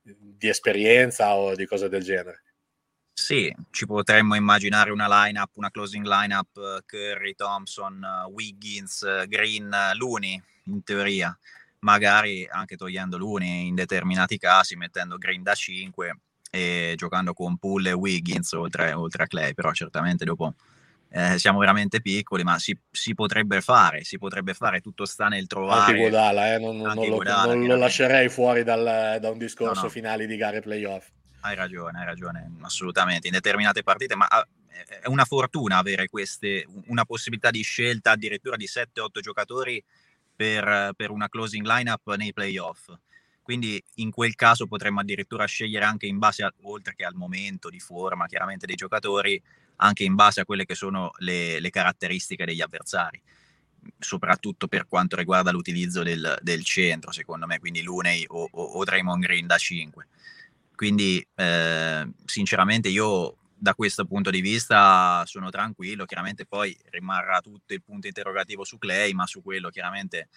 di esperienza o di cose del genere. Sì, ci potremmo immaginare una lineup, una closing lineup, Curry, Thompson, Wiggins, Green, Looney, in teoria. Magari anche togliendo Looney in determinati casi, mettendo Green da 5 e giocando con Poole e Wiggins oltre a Clay, però certamente dopo siamo veramente piccoli, ma si potrebbe fare, tutto sta nel trovare. Anche Iguodala, non lo lascerei fuori da un discorso finale di gare playoff. Hai ragione, assolutamente. In determinate partite, ma è una fortuna avere una possibilità di scelta addirittura di 7-8 giocatori per una closing lineup nei playoff. Quindi in quel caso potremmo addirittura scegliere anche in base oltre che al momento di forma, chiaramente, dei giocatori, anche in base a quelle che sono le caratteristiche degli avversari, soprattutto per quanto riguarda l'utilizzo del centro, secondo me, quindi Looney o Draymond Green da 5. Quindi sinceramente io da questo punto di vista sono tranquillo. Chiaramente poi rimarrà tutto il punto interrogativo su Clay, ma su quello chiaramente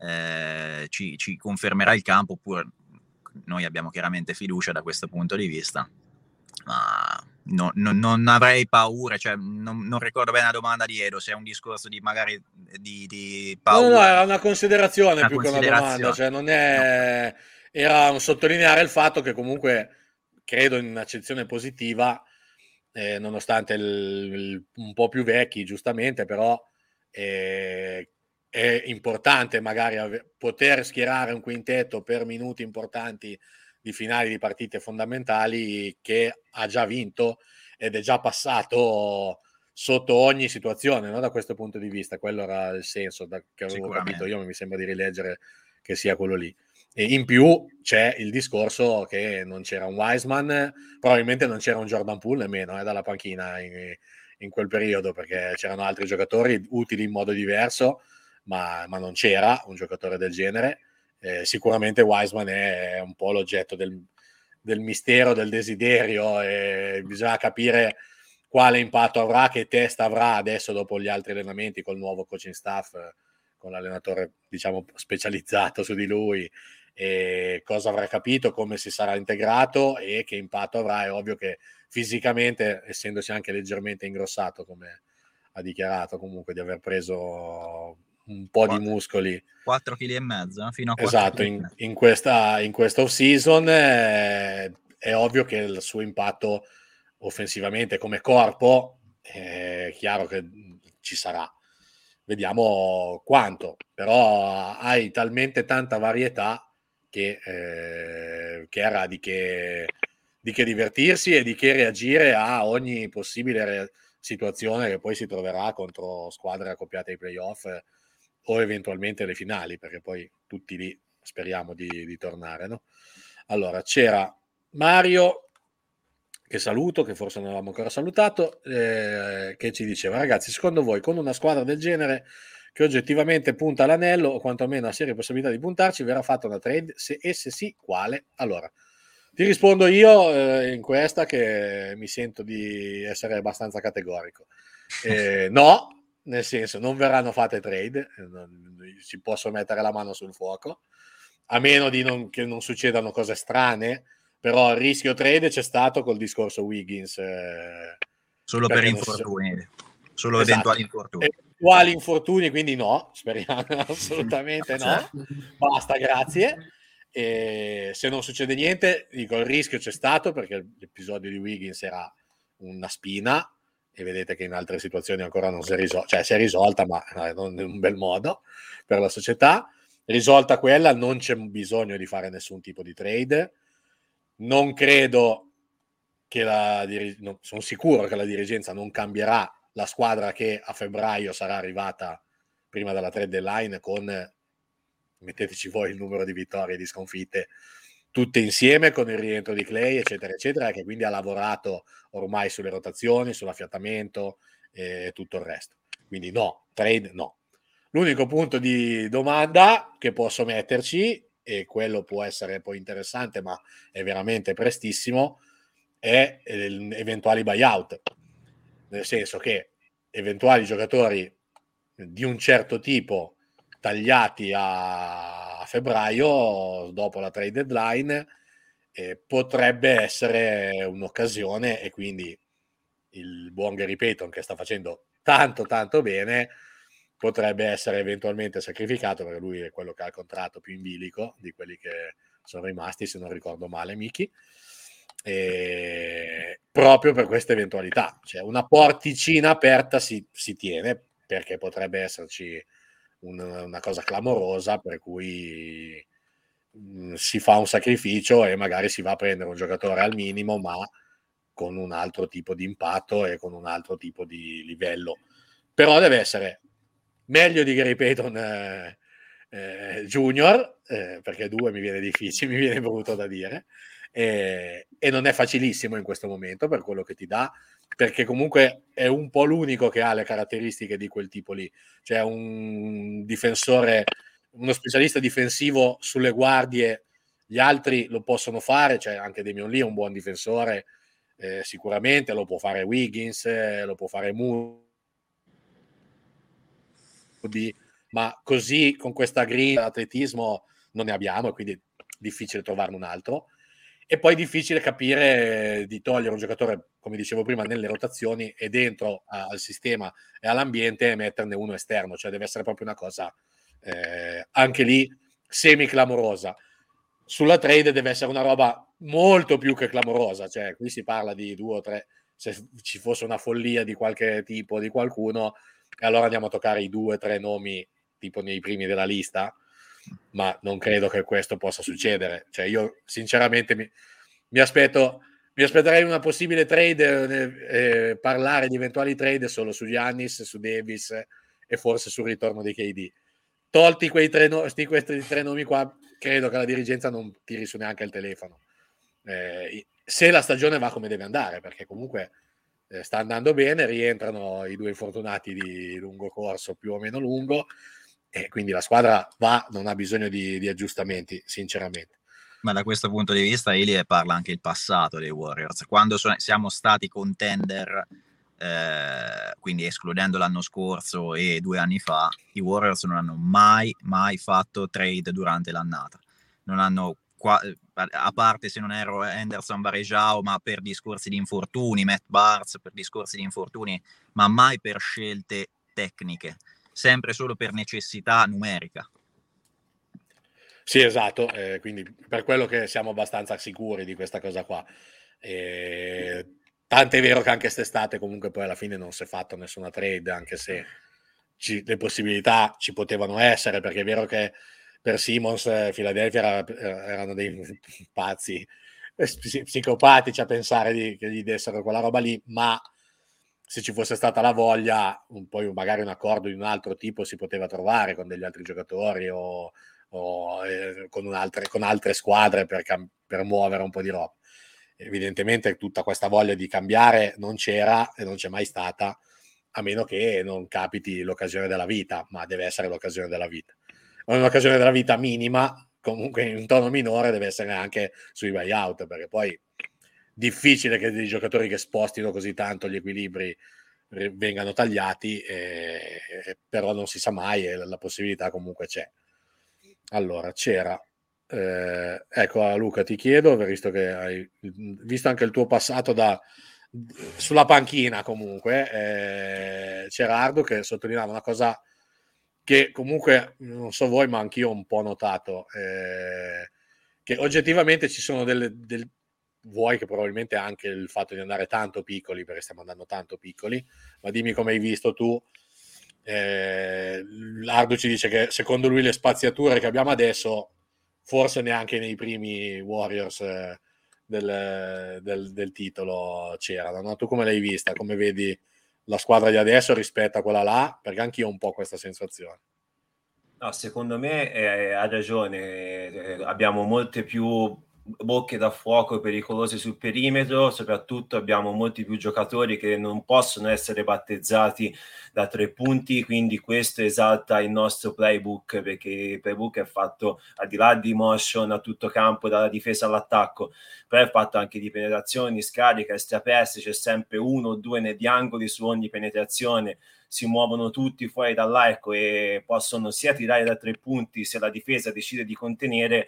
ci confermerà il campo, oppure noi abbiamo chiaramente fiducia da questo punto di vista, ma non avrei paura, cioè non ricordo bene la domanda di Edo, se è un discorso di magari di paura. No, era una considerazione più che una domanda, cioè non è... Era un sottolineare il fatto che comunque credo in un'accezione positiva, nonostante un po' più vecchi, giustamente, però è importante magari poter schierare un quintetto per minuti importanti di finali di partite fondamentali che ha già vinto ed è già passato sotto ogni situazione, no? Da questo punto di vista, quello era il senso che avevo capito io, mi sembra di rileggere che sia quello lì. E in più c'è il discorso che non c'era un Wiseman, probabilmente non c'era un Jordan Poole nemmeno dalla panchina in quel periodo, perché c'erano altri giocatori utili in modo diverso, ma non c'era un giocatore del genere. Sicuramente Wiseman è un po' l'oggetto del mistero, del desiderio, e bisogna capire quale impatto avrà, che testa avrà adesso dopo gli altri allenamenti col nuovo coaching staff, con l'allenatore diciamo specializzato su di lui, e cosa avrà capito, come si sarà integrato e che impatto avrà. È ovvio che fisicamente, essendosi anche leggermente ingrossato, come ha dichiarato comunque di aver preso un po' di muscoli, 4,5 kg fino a 4 esatto, in questa off season, è ovvio che il suo impatto offensivamente come corpo è chiaro che ci sarà, vediamo quanto, però hai talmente tanta varietà che era di che divertirsi e di che reagire a ogni possibile situazione che poi si troverà contro squadre accoppiate ai playoff o eventualmente le finali, perché poi tutti lì speriamo di tornare, no? Allora, c'era Mario, che saluto, che forse non avevamo ancora salutato, che ci diceva: ragazzi, secondo voi con una squadra del genere che oggettivamente punta all'anello o quantomeno ha serie possibilità di puntarci, verrà fatta una trade? Se sì, quale? Allora, ti rispondo io in questa, che mi sento di essere abbastanza categorico. No, nel senso, non verranno fatte trade, si posso mettere la mano sul fuoco, a meno che non succedano cose strane, però il rischio trade c'è stato col discorso Wiggins. Solo per infortuni, solo esatto, eventuali infortuni, quindi no, speriamo assolutamente no, basta, grazie. E se non succede niente, dico, il rischio c'è stato, perché l'episodio di Wiggins era una spina e vedete che in altre situazioni ancora non si è risolta, cioè si è risolta, ma non in un bel modo per la società. Risolta quella, non c'è bisogno di fare nessun tipo di trade. Non credo che sono sicuro che la dirigenza non cambierà la squadra che a febbraio sarà arrivata prima della trade deadline, con, metteteci voi il numero di vittorie e di sconfitte tutte insieme, con il rientro di Clay eccetera eccetera, che quindi ha lavorato ormai sulle rotazioni, sull'affiatamento e tutto il resto. Quindi no, trade no. L'unico punto di domanda che posso metterci, e quello può essere poi interessante ma è veramente prestissimo, è eventuali buyout, nel senso che eventuali giocatori di un certo tipo tagliati a febbraio dopo la trade deadline potrebbe essere un'occasione, e quindi il buon Gary Payton, che sta facendo tanto bene, potrebbe essere eventualmente sacrificato, perché lui è quello che ha il contratto più in bilico di quelli che sono rimasti, se non ricordo male, Miki, proprio per questa eventualità. Cioè, una porticina aperta si tiene, perché potrebbe esserci una cosa clamorosa per cui si fa un sacrificio e magari si va a prendere un giocatore al minimo, ma con un altro tipo di impatto e con un altro tipo di livello. Però deve essere meglio di Gary Payton Junior, perché 2 mi viene difficile, mi viene brutto da dire, e non è facilissimo in questo momento per quello che ti dà, perché comunque è un po' l'unico che ha le caratteristiche di quel tipo lì, cioè un difensore, uno specialista difensivo sulle guardie. Gli altri lo possono fare, cioè anche Damian Lee è un buon difensore, sicuramente lo può fare Wiggins, lo può fare Moody, ma così con questa grinta atletismo non ne abbiamo, e quindi è difficile trovarne un altro. E poi è difficile capire di togliere un giocatore, come dicevo prima, nelle rotazioni e dentro al sistema e all'ambiente, e metterne uno esterno, cioè deve essere proprio una cosa anche lì semi clamorosa. Sulla trade deve essere una roba molto più che clamorosa, cioè qui si parla di 2 o 3, se ci fosse una follia di qualche tipo, di qualcuno, e allora andiamo a toccare i 2 o 3 nomi tipo nei primi della lista, ma non credo che questo possa succedere. Cioè io sinceramente mi aspetterei una possibile trade, parlare di eventuali trade solo su Giannis, su Davis e forse sul ritorno di KD. Tolti questi 3 nomi qua, credo che la dirigenza non tiri su neanche il telefono. Se la stagione va come deve andare, perché comunque sta andando bene, rientrano i 2 infortunati di lungo corso, più o meno lungo, e quindi la squadra va, non ha bisogno di aggiustamenti, sinceramente. Ma da questo punto di vista Elie parla anche il passato dei Warriors. Quando siamo stati contender, quindi escludendo l'anno scorso e 2 anni fa, i Warriors non hanno mai fatto trade durante l'annata. Non hanno, a parte se non ero Henderson Varejao, ma per discorsi di infortuni, Matt Barnes per discorsi di infortuni, ma mai per scelte tecniche, sempre solo per necessità numerica. Sì, esatto, quindi per quello che siamo abbastanza sicuri di questa cosa qua. Tant'è vero che anche quest'estate comunque poi alla fine non si è fatto nessuna trade, anche se le possibilità ci potevano essere, perché è vero che per Simmons Philadelphia erano dei pazzi psicopatici a pensare che gli dessero quella roba lì, ma se ci fosse stata la voglia, poi magari un accordo di un altro tipo si poteva trovare con degli altri giocatori o con altre squadre per muovere un po' di roba. Evidentemente tutta questa voglia di cambiare non c'era e non c'è mai stata, a meno che non capiti l'occasione della vita, ma deve essere l'occasione della vita. Un'occasione della vita minima, comunque in un tono minore, deve essere anche sui buyout, perché poi difficile che dei giocatori che spostino così tanto gli equilibri vengano tagliati, però non si sa mai e la possibilità comunque c'è. Allora, c'era ecco, Luca, ti chiedo, visto che hai visto anche il tuo passato sulla panchina comunque, c'era Ardo che sottolineava una cosa che comunque, non so voi, ma anch'io ho un po' notato, che oggettivamente ci sono vuoi che probabilmente anche il fatto di andare tanto piccoli, perché stiamo andando tanto piccoli, ma dimmi come hai visto tu. Ardo ci dice che secondo lui le spaziature che abbiamo adesso forse neanche nei primi Warriors del titolo c'erano, no? Tu come l'hai vista? Come vedi la squadra di adesso rispetto a quella là? Perché anch'io ho un po' questa sensazione. No, secondo me ha ragione, abbiamo molte più bocche da fuoco pericolose sul perimetro, soprattutto abbiamo molti più giocatori che non possono essere battezzati da 3 punti, quindi questo esalta il nostro playbook, perché il playbook è fatto al di là di motion a tutto campo, dalla difesa all'attacco, però è fatto anche di penetrazioni, scarica, extrapass, c'è sempre 1 o 2 negli angoli su ogni penetrazione, si muovono tutti fuori dall'arco e possono sia tirare da 3 punti se la difesa decide di contenere,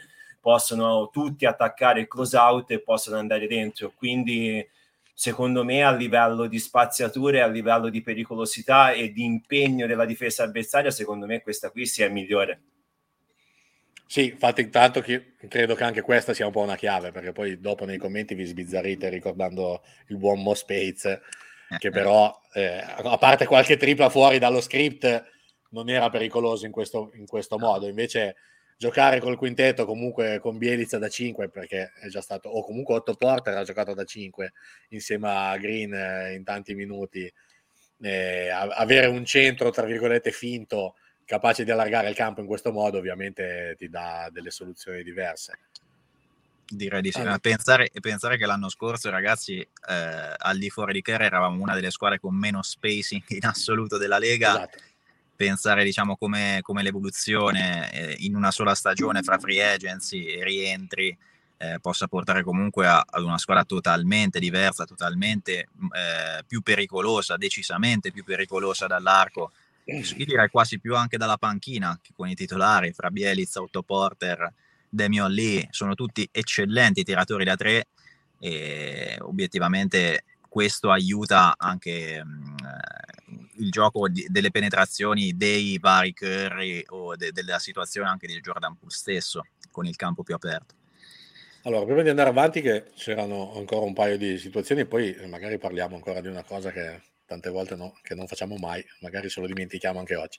possono tutti attaccare il close out e possono andare dentro, quindi secondo me a livello di spaziature, a livello di pericolosità e di impegno della difesa avversaria, secondo me questa qui sia il migliore. Sì, infatti intanto credo che anche questa sia un po' una chiave, perché poi dopo nei commenti vi sbizzarrite ricordando il buon Mo Spates, che però, a parte qualche tripla fuori dallo script, non era pericoloso in questo modo. Invece giocare col quintetto comunque con Bjelica da 5, perché è già stato, o comunque Otto Porter ha giocato da 5 insieme a Green in tanti minuti, avere un centro tra virgolette finto capace di allargare il campo in questo modo ovviamente ti dà delle soluzioni diverse. Direi di sì. Pensare che l'anno scorso, ragazzi, al di fuori di Kerr eravamo una delle squadre con meno spacing in assoluto della Lega. Esatto. Pensare, diciamo, come l'evoluzione in una sola stagione fra free agency e rientri possa portare comunque ad una squadra totalmente diversa, totalmente più pericolosa, decisamente più pericolosa dall'arco. Io direi quasi più anche dalla panchina che con i titolari, fra Bjelica, Otto Porter, Damian Lee, sono tutti eccellenti tiratori da tre e obiettivamente questo aiuta anche il gioco delle penetrazioni dei vari Curry o della situazione anche di Jordan Poole stesso con il campo più aperto. Allora, prima di andare avanti, che c'erano ancora un paio di situazioni, poi magari parliamo ancora di una cosa che tante volte che non facciamo mai, magari ce lo dimentichiamo anche oggi.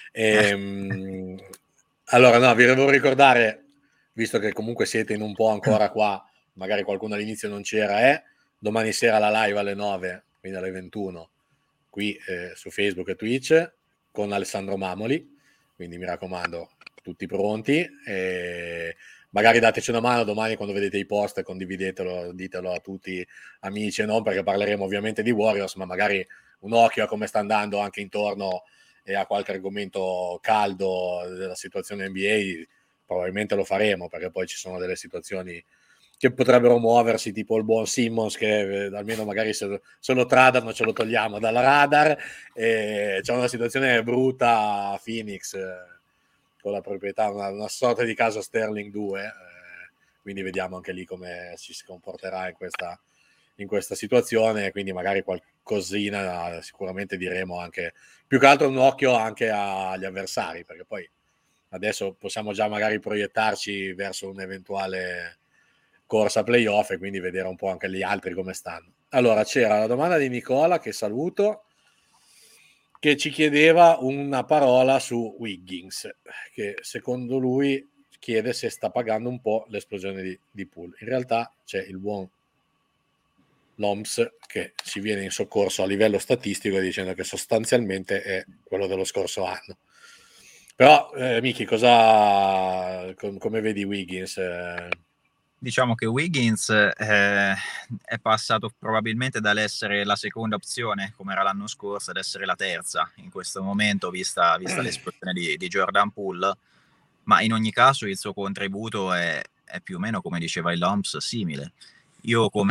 Allora, no, vi devo ricordare, visto che comunque siete in un po' ancora qua, magari qualcuno all'inizio non c'era, domani sera la live alle 9, quindi alle 21, qui su Facebook e Twitch, con Alessandro Mamoli, quindi mi raccomando, tutti pronti, magari dateci una mano domani quando vedete i post, condividetelo, ditelo a tutti amici e non, perché parleremo ovviamente di Warriors, ma magari un occhio a come sta andando anche intorno e a qualche argomento caldo della situazione NBA, probabilmente lo faremo, perché poi ci sono delle situazioni che potrebbero muoversi, tipo il buon Simmons che almeno magari se lo tradano ce lo togliamo dalla radar, e c'è una situazione brutta a Phoenix con la proprietà, una sorta di caso Sterling 2, quindi vediamo anche lì come ci si comporterà in questa situazione, quindi magari qualcosina sicuramente diremo, anche più che altro un occhio anche agli avversari, perché poi adesso possiamo già magari proiettarci verso un'eventuale corsa playoff e quindi vedere un po' anche gli altri come stanno. Allora, c'era la domanda di Nicola, che saluto, che ci chiedeva una parola su Wiggins, che secondo lui chiede se sta pagando un po' l'esplosione di Poole. In realtà c'è il buon Loms che ci viene in soccorso a livello statistico dicendo che sostanzialmente è quello dello scorso anno. Però Miki, come vedi Wiggins? Diciamo che Wiggins è passato probabilmente dall'essere la seconda opzione, come era l'anno scorso, ad essere la terza in questo momento, vista l'esplosione di Jordan Poole, ma in ogni caso il suo contributo è più o meno, come diceva il Loms, simile. Io io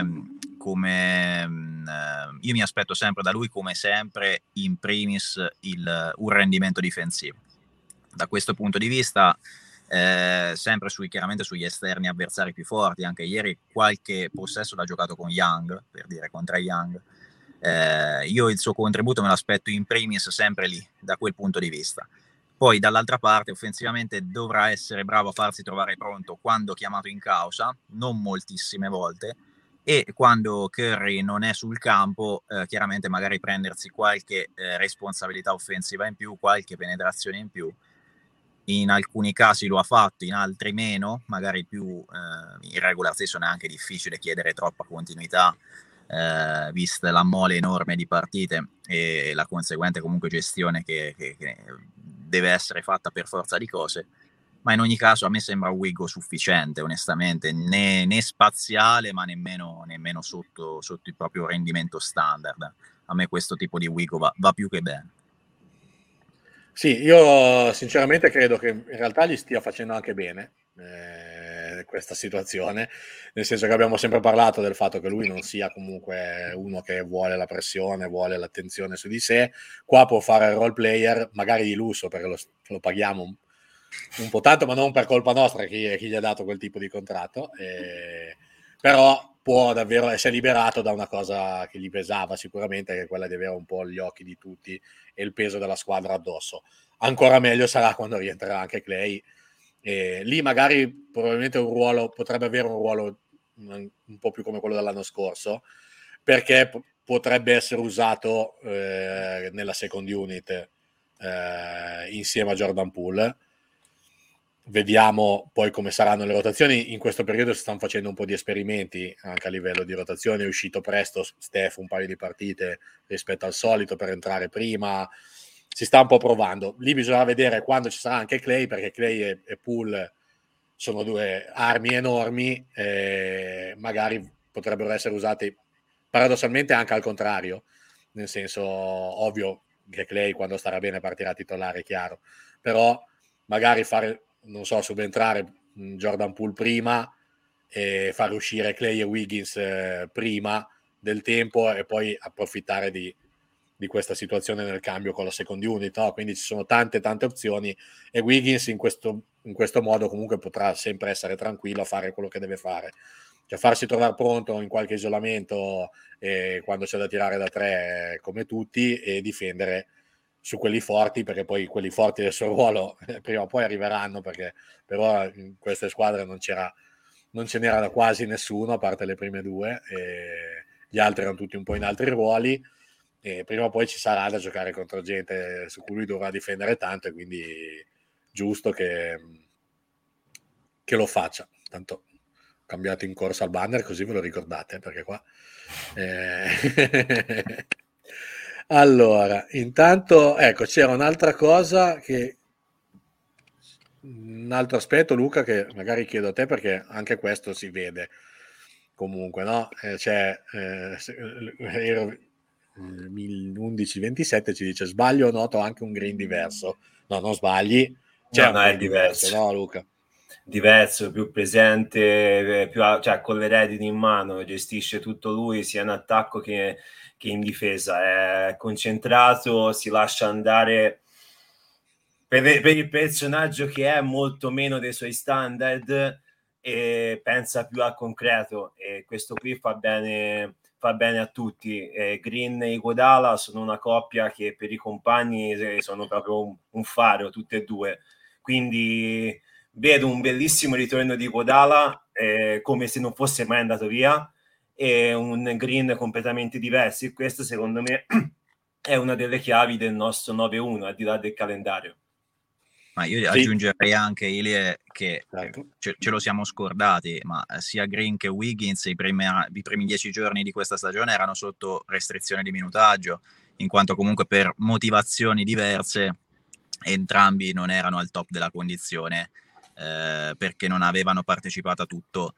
mi aspetto sempre da lui, come sempre, in primis un rendimento difensivo. Da questo punto di vista, sempre chiaramente sugli esterni avversari più forti, anche ieri qualche possesso l'ha giocato con Young, per dire, contra Young. Io il suo contributo me lo aspetto in primis sempre lì, da quel punto di vista. Poi dall'altra parte offensivamente dovrà essere bravo a farsi trovare pronto quando chiamato in causa, non moltissime volte, e quando Curry non è sul campo chiaramente magari prendersi qualche responsabilità offensiva in più, qualche penetrazione in più. In alcuni casi lo ha fatto, in altri meno, magari più in regular season è anche difficile chiedere troppa continuità vista la mole enorme di partite e la conseguente comunque gestione che deve essere fatta per forza di cose, ma in ogni caso a me sembra un Wiggo sufficiente onestamente, né spaziale ma nemmeno sotto il proprio rendimento standard. A me questo tipo di Wiggo va più che bene. Sì, io sinceramente credo che in realtà gli stia facendo anche bene questa situazione, nel senso che abbiamo sempre parlato del fatto che lui non sia comunque uno che vuole la pressione, vuole l'attenzione su di sé. Qua può fare il role player, magari di lusso perché lo paghiamo un po' tanto, ma non per colpa nostra, chi gli ha dato quel tipo di contratto, però può davvero essere liberato da una cosa che gli pesava sicuramente, che è quella di avere un po' gli occhi di tutti e il peso della squadra addosso. Ancora meglio sarà quando rientrerà anche Clay, lì magari probabilmente potrebbe avere un ruolo un po' più come quello dell'anno scorso, perché potrebbe essere usato nella second unit insieme a Jordan Poole. Vediamo poi come saranno le rotazioni. In questo periodo si stanno facendo un po' di esperimenti anche a livello di rotazione. È uscito presto Steph un paio di partite rispetto al solito per entrare prima. Si sta un po' provando. Lì bisogna vedere quando ci sarà anche Clay, perché Clay e Poole sono due armi enormi, magari potrebbero essere usati paradossalmente anche al contrario, nel senso, ovvio che Clay quando starà bene partirà titolare, chiaro, però magari fare, non so, subentrare Jordan Poole prima e fare uscire Clay e Wiggins prima del tempo e poi approfittare di questa situazione nel cambio con la second unit, no? Quindi ci sono tante opzioni e Wiggins in questo modo comunque potrà sempre essere tranquillo a fare quello che deve fare, cioè farsi trovare pronto in qualche isolamento quando c'è da tirare da tre come tutti e difendere su quelli forti, perché poi quelli forti del suo ruolo prima o poi arriveranno, perché per ora in queste squadre non ce n'era quasi nessuno a parte le prime due, e gli altri erano tutti un po' in altri ruoli e prima o poi ci sarà da giocare contro gente su cui lui dovrà difendere tanto, e quindi giusto che lo faccia. Tanto ho cambiato in corsa al banner così ve lo ricordate, perché qua allora intanto ecco c'era un'altra cosa, un altro aspetto, Luca, che magari chiedo a te perché anche questo si vede comunque, no? C'è 11-27 ci dice sbaglio, noto anche un green diverso. No, non sbagli, c'è un green diverso, no Luca? Diverso, più presente, cioè con le redini in mano, gestisce tutto lui sia in attacco che in difesa, è concentrato, si lascia andare per il personaggio che è molto meno dei suoi standard e pensa più al concreto, e questo qui fa bene a tutti. Green e Iguodala sono una coppia che per i compagni sono proprio un faro, tutte e due, quindi vedo un bellissimo ritorno di Iguodala, come se non fosse mai andato via, e un Green completamente diverso, e questo secondo me è una delle chiavi del nostro 9-1 al di là del calendario. Ma io aggiungerei anche, Ilie, che ce lo siamo scordati, ma sia Green che Wiggins i primi 10 giorni di questa stagione erano sotto restrizione di minutaggio, in quanto comunque per motivazioni diverse entrambi non erano al top della condizione, perché non avevano partecipato a tutto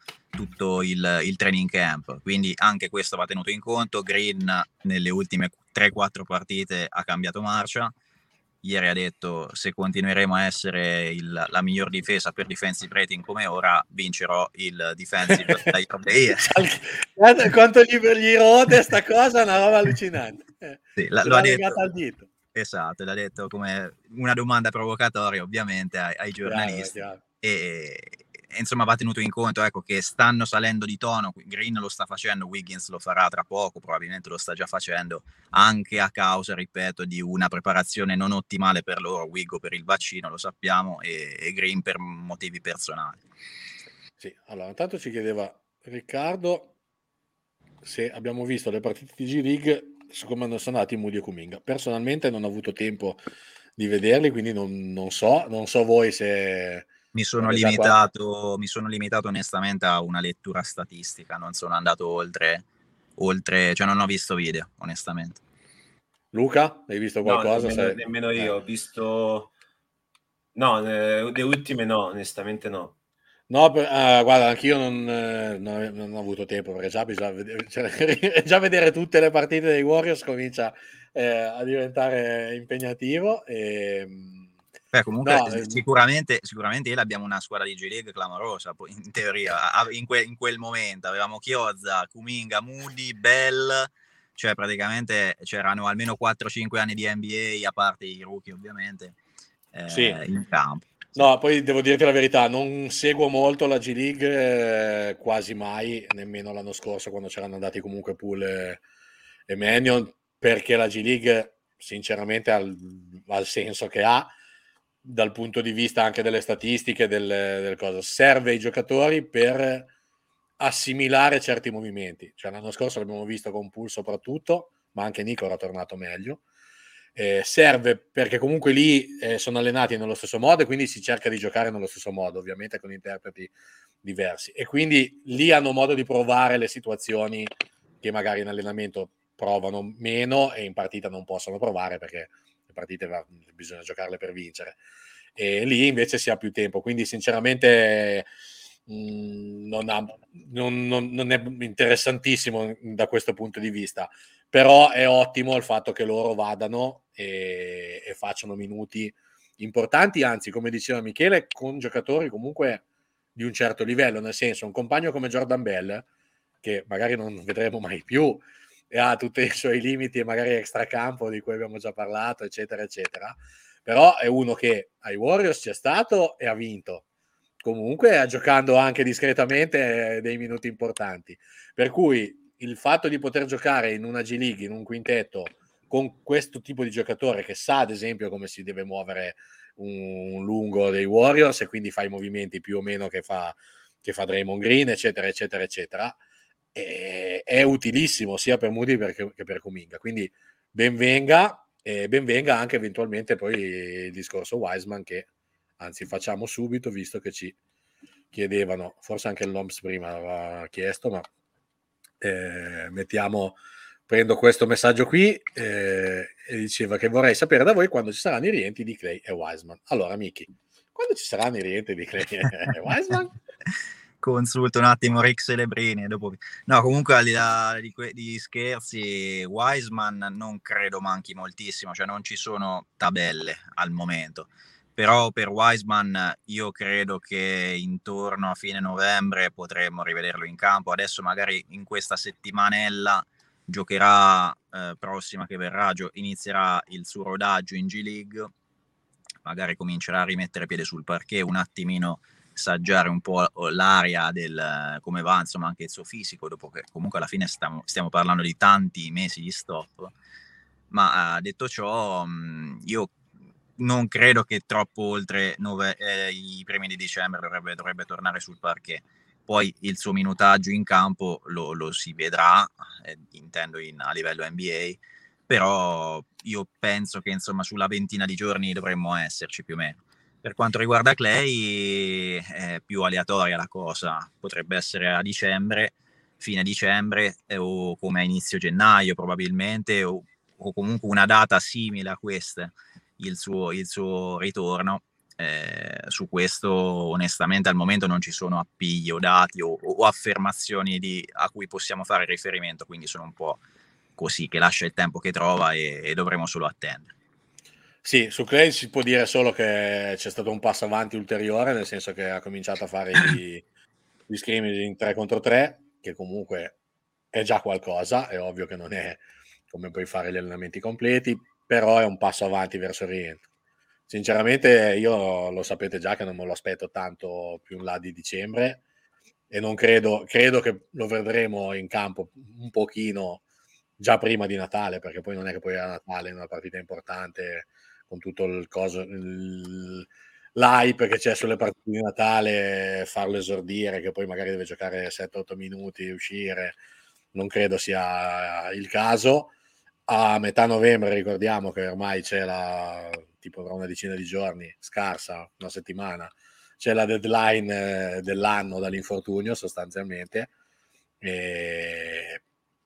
il training camp. Quindi anche questo va tenuto in conto. Green nelle ultime 3-4 partite ha cambiato marcia. Ieri ha detto: se continueremo a essere la miglior difesa per defensive rating come ora, vincerò il defensive player of the year. Quanto gli rode sta cosa, è una roba allucinante. Sì, l'ha detto al dito. Esatto, l'ha detto come una domanda provocatoria ovviamente ai giornalisti. Chiaro. E insomma va tenuto in conto, ecco, che stanno salendo di tono. Green lo sta facendo, Wiggins lo farà tra poco, probabilmente lo sta già facendo, anche a causa, ripeto, di una preparazione non ottimale per loro. Wiggo per il vaccino, lo sappiamo, e Green per motivi personali. Sì, allora intanto ci chiedeva Riccardo se abbiamo visto le partite di G-League su come sono andati Moody e Kuminga. Personalmente non ho avuto tempo di vederli, quindi non so voi se... Mi sono limitato onestamente a una lettura statistica, non sono andato oltre, cioè non ho visto video, onestamente. Luca, hai visto qualcosa? No, nemmeno io, ho visto... No, le ultime no, onestamente no. No, guarda, anch'io non ho avuto tempo, perché già bisogna vedere, già vedere tutte le partite dei Warriors comincia a diventare impegnativo. Beh, comunque sicuramente abbiamo una squadra di G-League clamorosa, in teoria, in quel momento avevamo Chiozza, Kuminga, Moody, Bell, cioè praticamente c'erano almeno 4-5 anni di NBA, a parte i rookie ovviamente, in campo. No, poi devo dirti la verità, non seguo molto la G League, quasi mai, nemmeno l'anno scorso quando c'erano andati comunque Poole e Mannion, perché la G League sinceramente ha il senso che ha dal punto di vista anche delle statistiche, del cosa. Serve ai giocatori per assimilare certi movimenti. Cioè, l'anno scorso l'abbiamo visto con Poole soprattutto, ma anche Nico era tornato meglio. Serve perché comunque lì sono allenati nello stesso modo e quindi si cerca di giocare nello stesso modo, ovviamente con interpreti diversi, e quindi lì hanno modo di provare le situazioni che magari in allenamento provano meno e in partita non possono provare perché le partite bisogna giocarle per vincere, e lì invece si ha più tempo, quindi sinceramente non è interessantissimo da questo punto di vista, però è ottimo il fatto che loro vadano e facciano minuti importanti, anzi come diceva Michele, con giocatori comunque di un certo livello, nel senso un compagno come Jordan Bell, che magari non vedremo mai più e ha tutti i suoi limiti e magari extracampo di cui abbiamo già parlato, eccetera eccetera, però è uno che ai Warriors c'è stato e ha vinto, comunque giocando anche discretamente dei minuti importanti, per cui il fatto di poter giocare in una G League, in un quintetto con questo tipo di giocatore che sa ad esempio come si deve muovere un lungo dei Warriors e quindi fa i movimenti più o meno che fa Draymond Green, eccetera eccetera eccetera, è utilissimo sia per Moody che per Kuminga, quindi benvenga anche eventualmente poi il discorso Wiseman, che anzi facciamo subito visto che ci chiedevano, forse anche il Loms prima aveva chiesto, ma prendo questo messaggio qui e diceva che vorrei sapere da voi quando ci saranno i rientri di Clay e Wiseman. Allora Miki, quando ci saranno i rientri di Clay e Wiseman? Consulto un attimo Rick Celebrini e dopo... No, comunque al di là di scherzi, Wiseman non credo manchi moltissimo, cioè non ci sono tabelle al momento, però per Wiseman io credo che intorno a fine novembre potremmo rivederlo in campo. Adesso magari in questa settimanella giocherà, prossima che verrà, inizierà il suo rodaggio in G League, magari comincerà a rimettere piede sul parquet, un attimino assaggiare un po' l'aria del come va, insomma, anche il suo fisico, dopo che comunque alla fine stiamo parlando di tanti mesi di stop. Ma detto ciò, io non credo che troppo oltre i primi di dicembre dovrebbe tornare sul parquet. Poi il suo minutaggio in campo lo si vedrà, intendo a livello NBA, però io penso che insomma sulla ventina di giorni dovremmo esserci più o meno. Per quanto riguarda Clay è più aleatoria la cosa, potrebbe essere a dicembre, fine dicembre o come a inizio gennaio probabilmente, o comunque una data simile a questa, il suo ritorno. Su questo onestamente al momento non ci sono appigli o dati o affermazioni a cui possiamo fare riferimento, quindi sono un po' così, che lascia il tempo che trova e dovremo solo attendere. Sì, su Clay si può dire solo che c'è stato un passo avanti ulteriore, nel senso che ha cominciato a fare gli scrimmage in 3 contro 3, che comunque è già qualcosa, è ovvio che non è come puoi fare gli allenamenti completi, però è un passo avanti verso il rientro. Sinceramente io lo sapete già che non me lo aspetto tanto più in là di dicembre e non credo che lo vedremo in campo un pochino già prima di Natale, perché poi non è che poi a Natale in una partita importante con tutto l'hype che c'è sulle partite di Natale, farlo esordire, che poi magari deve giocare 7-8 minuti, uscire, non credo sia il caso. A metà novembre ricordiamo che ormai c'è tipo tra una decina di giorni, scarsa, una settimana, c'è la deadline dell'anno dall'infortunio sostanzialmente, e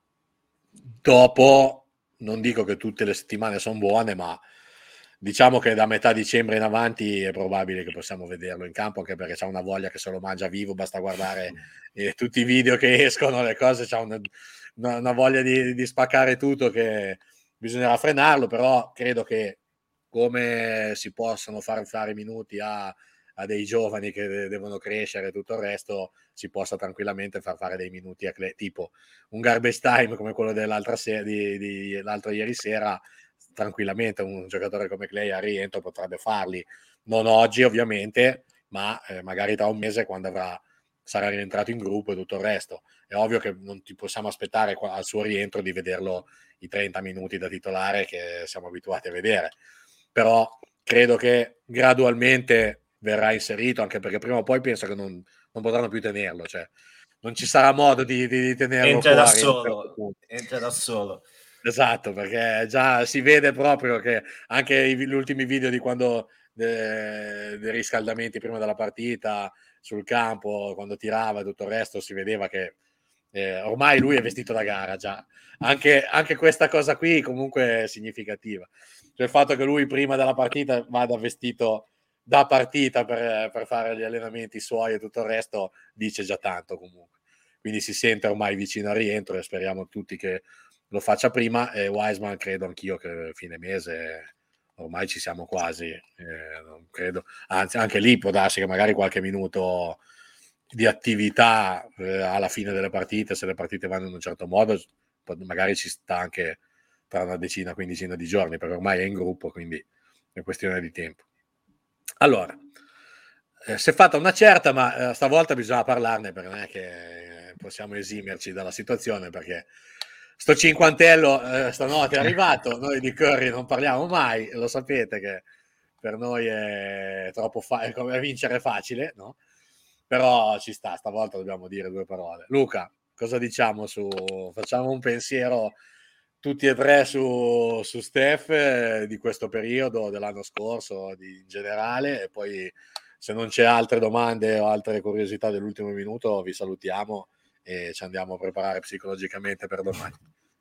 dopo non dico che tutte le settimane sono buone, ma diciamo che da metà dicembre in avanti è probabile che possiamo vederlo in campo, anche perché c'ha una voglia che se lo mangia vivo, basta guardare tutti i video che escono, le cose, c'ha una voglia di spaccare tutto che bisognerà frenarlo, però credo che come si possono fare minuti a dei giovani che devono crescere e tutto il resto, si possa tranquillamente far fare dei minuti tipo un garbage time come quello dell'altra l'altro ieri sera, tranquillamente un giocatore come Clay a rientro potrebbe farli, non oggi ovviamente, ma magari tra un mese quando sarà rientrato in gruppo e tutto il resto. È ovvio che non ti possiamo aspettare al suo rientro di vederlo i 30 minuti da titolare che siamo abituati a vedere, però credo che gradualmente verrà inserito, anche perché prima o poi penso che non potranno più tenerlo, cioè non ci sarà modo di tenerlo entra fuori. entra da solo. Esatto, perché già si vede proprio che anche gli ultimi video di quando dei riscaldamenti prima della partita sul campo, quando tirava e tutto il resto, si vedeva che ormai lui è vestito da gara già. Anche questa cosa qui comunque è significativa. Cioè il fatto che lui prima della partita vada vestito da partita per fare gli allenamenti suoi e tutto il resto dice già tanto comunque. Quindi si sente ormai vicino al rientro e speriamo tutti che lo faccia prima, e Wiseman credo anch'io che fine mese ormai ci siamo quasi, non credo, anzi anche lì può darsi che magari qualche minuto di attività alla fine delle partite, se le partite vanno in un certo modo, magari ci sta anche tra una decina, quindicina di giorni, perché ormai è in gruppo, quindi è questione di tempo. Allora, si è fatta una certa, ma stavolta bisogna parlarne, perché non è che possiamo esimerci dalla situazione, perché sto cinquantello stanotte è arrivato, noi di Curry non parliamo mai, lo sapete che per noi è troppo come vincere facile, no? Però ci sta, stavolta dobbiamo dire due parole. Luca, cosa diciamo facciamo un pensiero tutti e tre su Steph di questo periodo, dell'anno scorso, in generale, e poi se non c'è altre domande o altre curiosità dell'ultimo minuto vi salutiamo e ci andiamo a preparare psicologicamente per domani.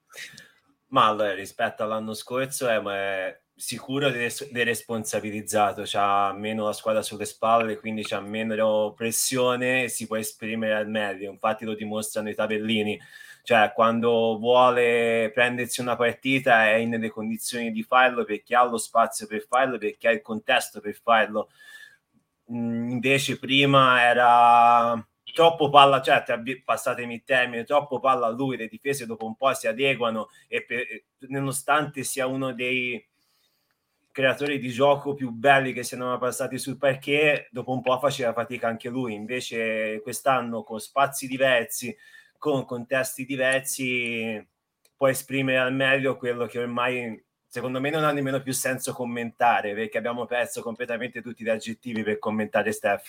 Ma allora, rispetto all'anno scorso è sicuro deresponsabilizzato, c'ha meno la squadra sulle spalle, quindi c'ha meno pressione e si può esprimere al meglio. Infatti lo dimostrano i tabellini, cioè quando vuole prendersi una partita è nelle condizioni di farlo, perché ha lo spazio per farlo, perché ha il contesto per farlo. Invece prima era troppo palla, cioè passatemi il termine, troppo palla a lui, le difese dopo un po' si adeguano e nonostante sia uno dei creatori di gioco più belli che siano passati sul parquet, dopo un po' faceva fatica anche lui. Invece quest'anno con spazi diversi, con contesti diversi, può esprimere al meglio quello che ormai secondo me non ha nemmeno più senso commentare, perché abbiamo perso completamente tutti gli aggettivi per commentare Steph.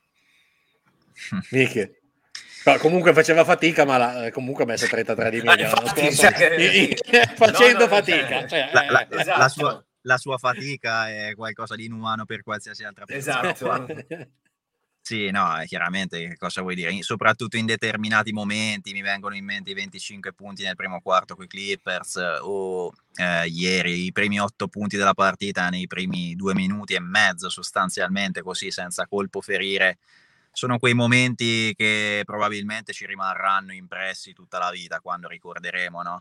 Michi. Comunque faceva fatica, ma comunque ha messo 33 di media l'anno scorso, facendo fatica. Cioè, esatto. La sua fatica è qualcosa di inumano per qualsiasi altra persona. Esatto. Sì, no, chiaramente cosa vuoi dire? Soprattutto in determinati momenti mi vengono in mente i 25 punti nel primo quarto con i Clippers o ieri i primi 8 punti della partita nei primi 2 minuti e mezzo sostanzialmente, così senza colpo ferire. Sono quei momenti che probabilmente ci rimarranno impressi tutta la vita quando ricorderemo, no?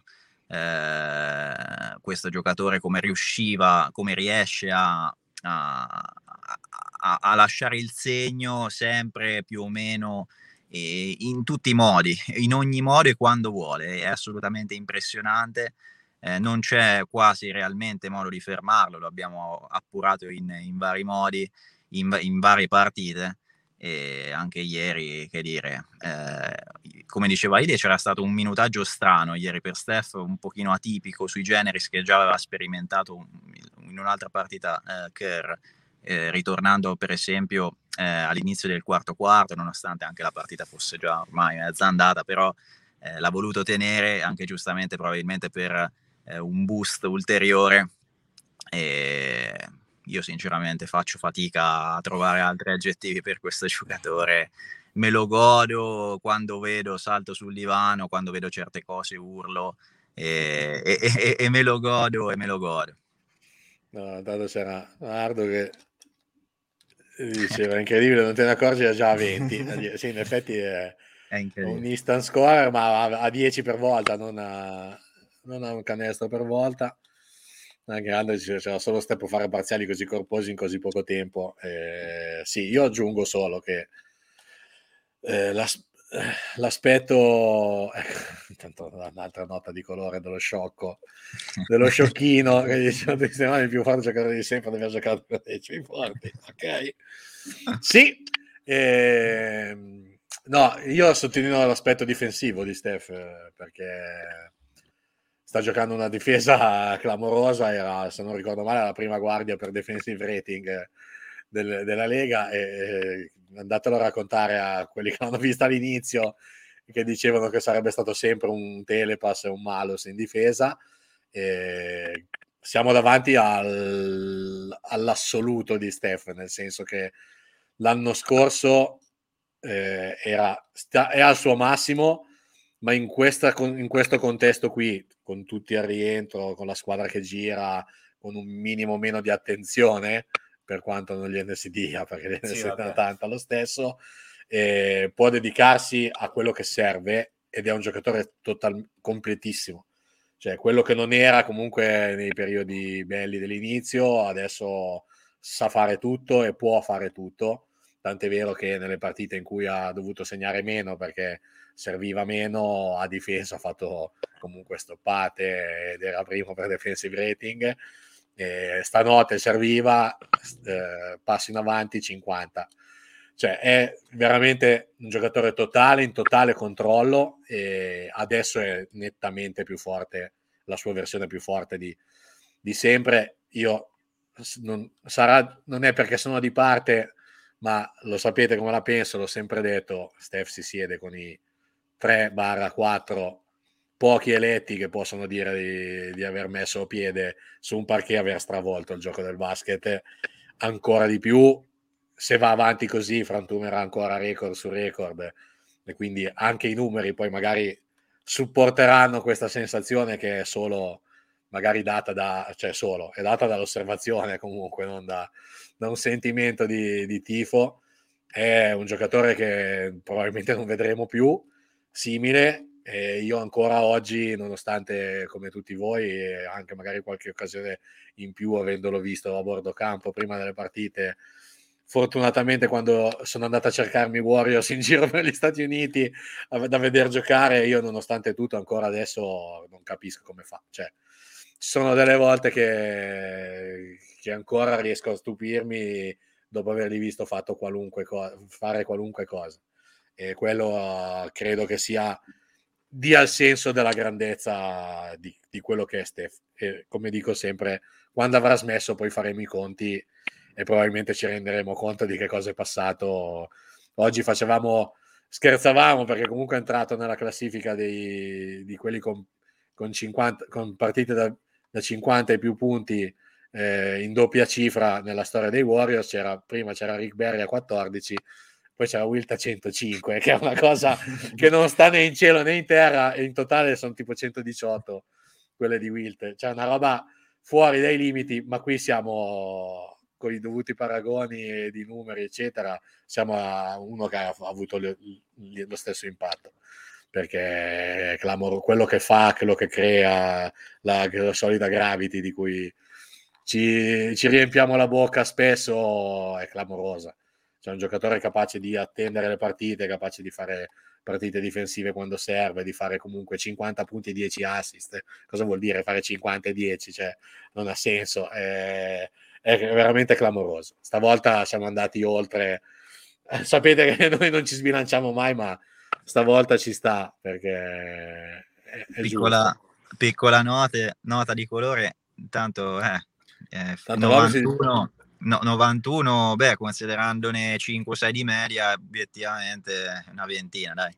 Questo giocatore come riesce a lasciare il segno sempre più o meno in tutti i modi, in ogni modo e quando vuole. È assolutamente impressionante. Non c'è quasi realmente modo di fermarlo, lo abbiamo appurato in vari modi, in varie partite. E anche ieri, che dire, come diceva Ide, c'era stato un minutaggio strano ieri per Steph, un pochino atipico sui generis che già aveva sperimentato in un'altra partita Kerr, ritornando per esempio all'inizio del quarto quarto, nonostante anche la partita fosse già ormai mezza andata, però l'ha voluto tenere anche giustamente probabilmente per un boost ulteriore. E io sinceramente faccio fatica a trovare altri aggettivi per questo giocatore. Me lo godo quando vedo, salto sul divano, quando vedo certe cose urlo e me lo godo e me lo godo. No, tanto c'era Ardo che diceva incredibile, non te ne accorgi, già a 20. Sì, in effetti è un instant score, ma a 10 per volta, non a un canestro per volta. Anche Aldo c'era solo Steph può fare parziali così corposi in così poco tempo. Sì, io aggiungo solo che l'aspetto, intanto un'altra nota di colore dello sciocchino che diceva che il più forte giocatore di sempre deve aver giocato per i più forti, ok? Sì, no, io sottolineo l'aspetto difensivo di Steph, perché sta giocando una difesa clamorosa, era, se non ricordo male, la prima guardia per defensive rating della Lega, e andatelo a raccontare a quelli che l'hanno vista all'inizio, che dicevano che sarebbe stato sempre un telepass e un malus in difesa. E siamo davanti all'assoluto di Steph, nel senso che l'anno scorso è al suo massimo, ma in questo contesto qui, con tutti al rientro, con la squadra che gira, con un minimo meno di attenzione, per quanto non gliene si dia, perché gliene si dà tanta lo stesso, può dedicarsi a quello che serve, ed è un giocatore completissimo. Cioè, quello che non era comunque nei periodi belli dell'inizio, adesso sa fare tutto e può fare tutto, tant'è vero che nelle partite in cui ha dovuto segnare meno perché serviva meno, a difesa ha fatto comunque stoppate ed era primo per defensive rating. Stanotte serviva, passi in avanti 50. Cioè è veramente un giocatore totale, in totale controllo, e adesso è nettamente più forte, la sua versione più forte di sempre. Io non è perché sono di parte, ma lo sapete come la penso, l'ho sempre detto, Steph si siede con i 3-4 pochi eletti che possono dire di aver messo piede su un parquet, aver stravolto il gioco del basket. Ancora di più, se va avanti così, frantumerà ancora record su record, e quindi anche i numeri poi magari supporteranno questa sensazione, che è solo magari data è data dall'osservazione, comunque non da un sentimento di tifo. È un giocatore che probabilmente non vedremo più simile, e io ancora oggi, nonostante, come tutti voi, e anche magari qualche occasione in più avendolo visto a bordo campo prima delle partite, fortunatamente quando sono andato a cercarmi Warriors in giro per gli Stati Uniti da vedere giocare, io nonostante tutto ancora adesso non capisco come fa. Cioè, ci sono delle volte che ancora riesco a stupirmi dopo averli visto fare qualunque cosa, e quello credo che dia il senso della grandezza di quello che è Steph. E come dico sempre, quando avrà smesso poi faremo i conti e probabilmente ci renderemo conto di che cosa è passato. Oggi scherzavamo perché comunque è entrato nella classifica di quelli con partite da 50 e più punti, in doppia cifra nella storia dei Warriors. Prima c'era Rick Barry a 14, poi c'era Wilt a 105, che è una cosa che non sta né in cielo né in terra, e in totale sono tipo 118 quelle di Wilt. C'è una roba fuori dai limiti, ma qui siamo, con i dovuti paragoni di numeri eccetera, siamo a uno che ha avuto lo stesso impatto, perché è clamoroso quello che fa, quello che crea, la solida gravity di cui ci riempiamo la bocca spesso, è clamorosa. C'è un giocatore capace di attendere le partite, capace di fare partite difensive quando serve, di fare comunque 50 punti e 10 assist. Cosa vuol dire fare 50 e 10? Cioè, non ha senso, è veramente clamoroso. Stavolta siamo andati oltre. Sapete che noi non ci sbilanciamo mai, ma stavolta ci sta, perché è piccola nota di colore. Intanto 91, beh, considerandone 5-6 di media, obiettivamente una ventina, dai.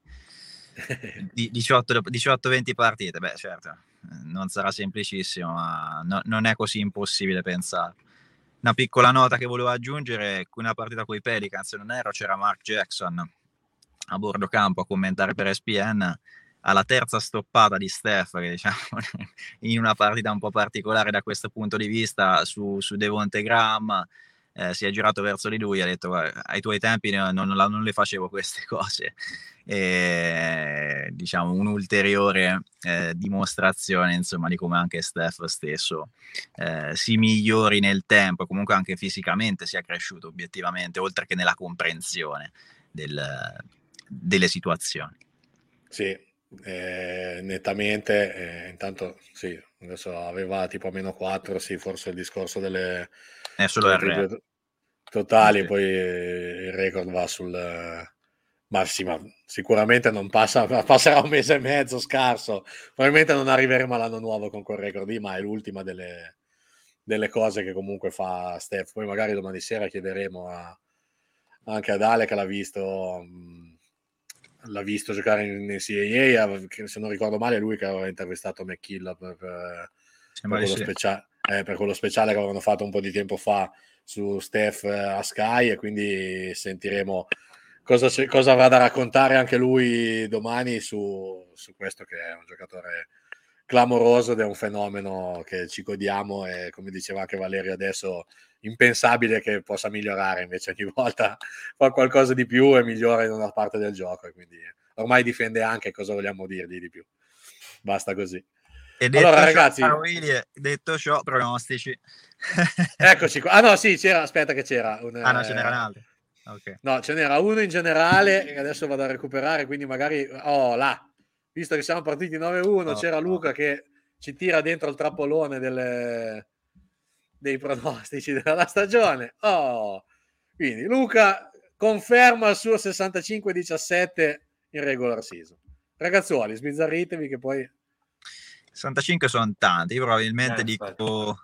18-20 partite, beh, certo, non sarà semplicissimo, ma non è così impossibile pensare. Una piccola nota che volevo aggiungere: una partita con i Pelicans, se non ero, c'era Mark Jackson a bordo campo a commentare per ESPN. Alla terza stoppata di Steph, che diciamo in una partita un po' particolare da questo punto di vista, su Devonte Graham, si è girato verso di lui e ha detto: ai tuoi tempi non le facevo queste cose. E diciamo un'ulteriore dimostrazione, insomma, di come anche Steph stesso si migliori nel tempo, comunque anche fisicamente sia cresciuto obiettivamente, oltre che nella comprensione delle situazioni. Sì, nettamente. Intanto sì, adesso aveva tipo a -4, sì, forse il discorso delle Solo il triple totali, sì. poi il record va sul... Ma sì, ma sicuramente non passerà un mese e mezzo scarso, probabilmente non arriveremo all'anno nuovo con quel record lì, ma è l'ultima delle cose che comunque fa Steph. Poi magari domani sera chiederemo anche ad Ale, che l'ha visto giocare in NCAA, che se non ricordo male è lui che aveva intervistato McKillop per quello speciale che avevano fatto un po' di tempo fa su Steph a Sky, e quindi sentiremo cosa avrà da raccontare anche lui domani su questo, che è un giocatore clamoroso ed è un fenomeno che ci godiamo, e come diceva anche Valerio adesso, impensabile che possa migliorare, invece ogni volta fa qualcosa di più e migliora in una parte del gioco, e quindi ormai difende anche, cosa vogliamo dirgli di più, basta così. E allora ragazzi, detto ciò, pronostici. Eccoci qua. No, sì, aspetta che c'era no, ce n'era un altro. Okay. No, ce n'era uno in generale che adesso vado a recuperare, quindi magari là, visto che siamo partiti 9-1, c'era Luca che ci tira dentro il trappolone dei pronostici della stagione. Quindi Luca conferma il suo 65-17 in regular season. Ragazzuoli, sbizzarritevi che poi 65 sono tanti, io probabilmente dico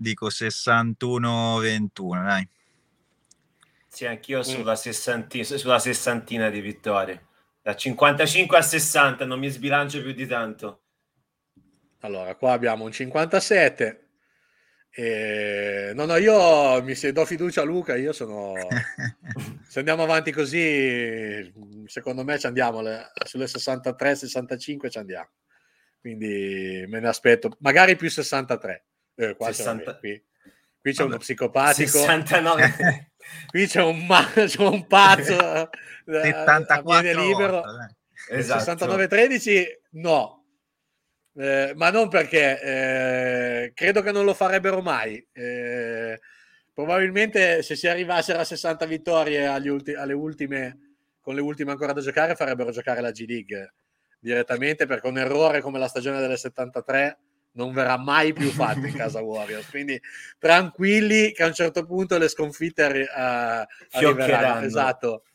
61-21, dai. Sì, anch'io sulla sessantina di vittorie. Da 55 a 60, non mi sbilancio più di tanto. Allora, qua abbiamo un 57. No, io do fiducia a Luca, io sono... Se andiamo avanti così, secondo me ci andiamo sulle 63-65 ci andiamo. Quindi me ne aspetto, magari più 63. Qua 60... qui c'è uno psicopatico. 69. Qui c'è un pazzo a piede libero. Esatto. 69-13 no. Ma non perché credo che non lo farebbero mai. Probabilmente se si arrivassero a 60 vittorie alle ultime, con le ultime ancora da giocare, farebbero giocare la G League direttamente, perché un errore come la stagione delle 73 non verrà mai più fatto in casa Warriors, quindi tranquilli che a un certo punto le sconfitte arriveranno. Esatto.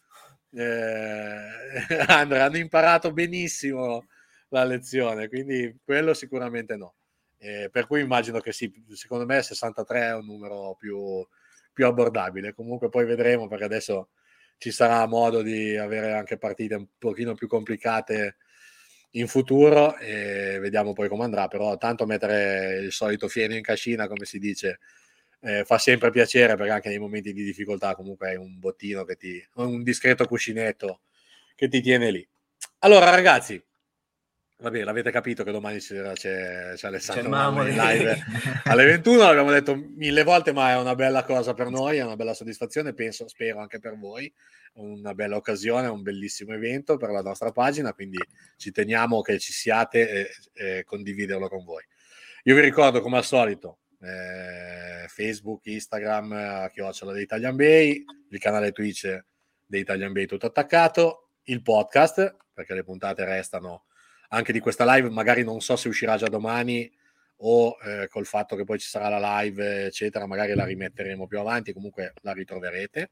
Andrea, hanno imparato benissimo la lezione, quindi quello sicuramente no. Per cui immagino che sì, secondo me 63 è un numero più abbordabile. Comunque poi vedremo, perché adesso ci sarà modo di avere anche partite un pochino più complicate in futuro, e vediamo poi come andrà. Però tanto mettere il solito fieno in cascina, come si dice, fa sempre piacere, perché anche nei momenti di difficoltà comunque hai un bottino un discreto cuscinetto che ti tiene lì. Allora ragazzi, va bene, l'avete capito che domani sera c'è Alessandro Mamoli in live alle 21, l'abbiamo detto 1000 volte, ma è una bella cosa per noi, è una bella soddisfazione, spero anche per voi, una bella occasione, un bellissimo evento per la nostra pagina, quindi ci teniamo che ci siate e condividerlo con voi. Io vi ricordo, come al solito, Facebook, Instagram, @ di Italian Bay, il canale Twitch di Italian Bay tutto attaccato, il podcast, perché le puntate restano anche di questa live, magari non so se uscirà già domani o col fatto che poi ci sarà la live eccetera, magari la rimetteremo più avanti, comunque la ritroverete.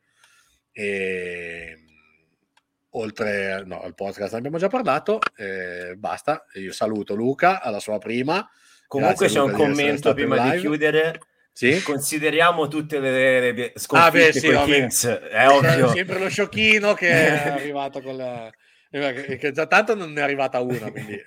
E oltre al podcast ne abbiamo già parlato, basta, io saluto Luca alla sua prima. Comunque c'è un commento prima di chiudere. Sì? Consideriamo tutte le sconfitte con i Kings, è ovvio. Sempre lo sciocchino che è arrivato con la... che già tanto non è arrivata una, quindi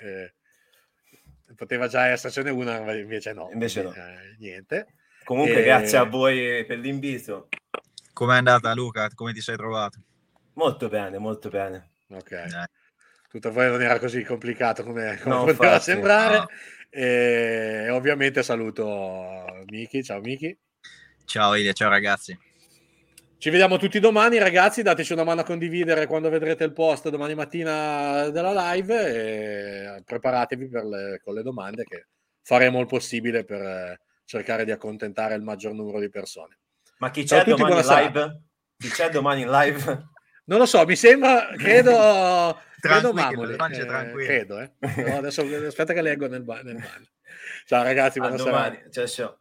poteva già essercene una, invece no. Invece quindi, no. Niente. Comunque grazie a voi per l'invito. Com'è andata Luca? Come ti sei trovato? Molto bene, molto bene. Ok. Tutto a voi non era così complicato come no, poteva sembrare. No. E ovviamente saluto Miki. Ciao Miki. Ciao Ilia, ciao ragazzi. Ci vediamo tutti domani, ragazzi. Dateci una mano a condividere quando vedrete il post domani mattina della live, e preparatevi con le domande, che faremo il possibile per cercare di accontentare il maggior numero di persone. Ma chi c'è domani in live? Chi c'è domani in live? Non lo so, mi sembra, credo Mamoli, credo. No, adesso aspetta che leggo nel banner. Ciao ragazzi, buonasera. Domani. Ciao.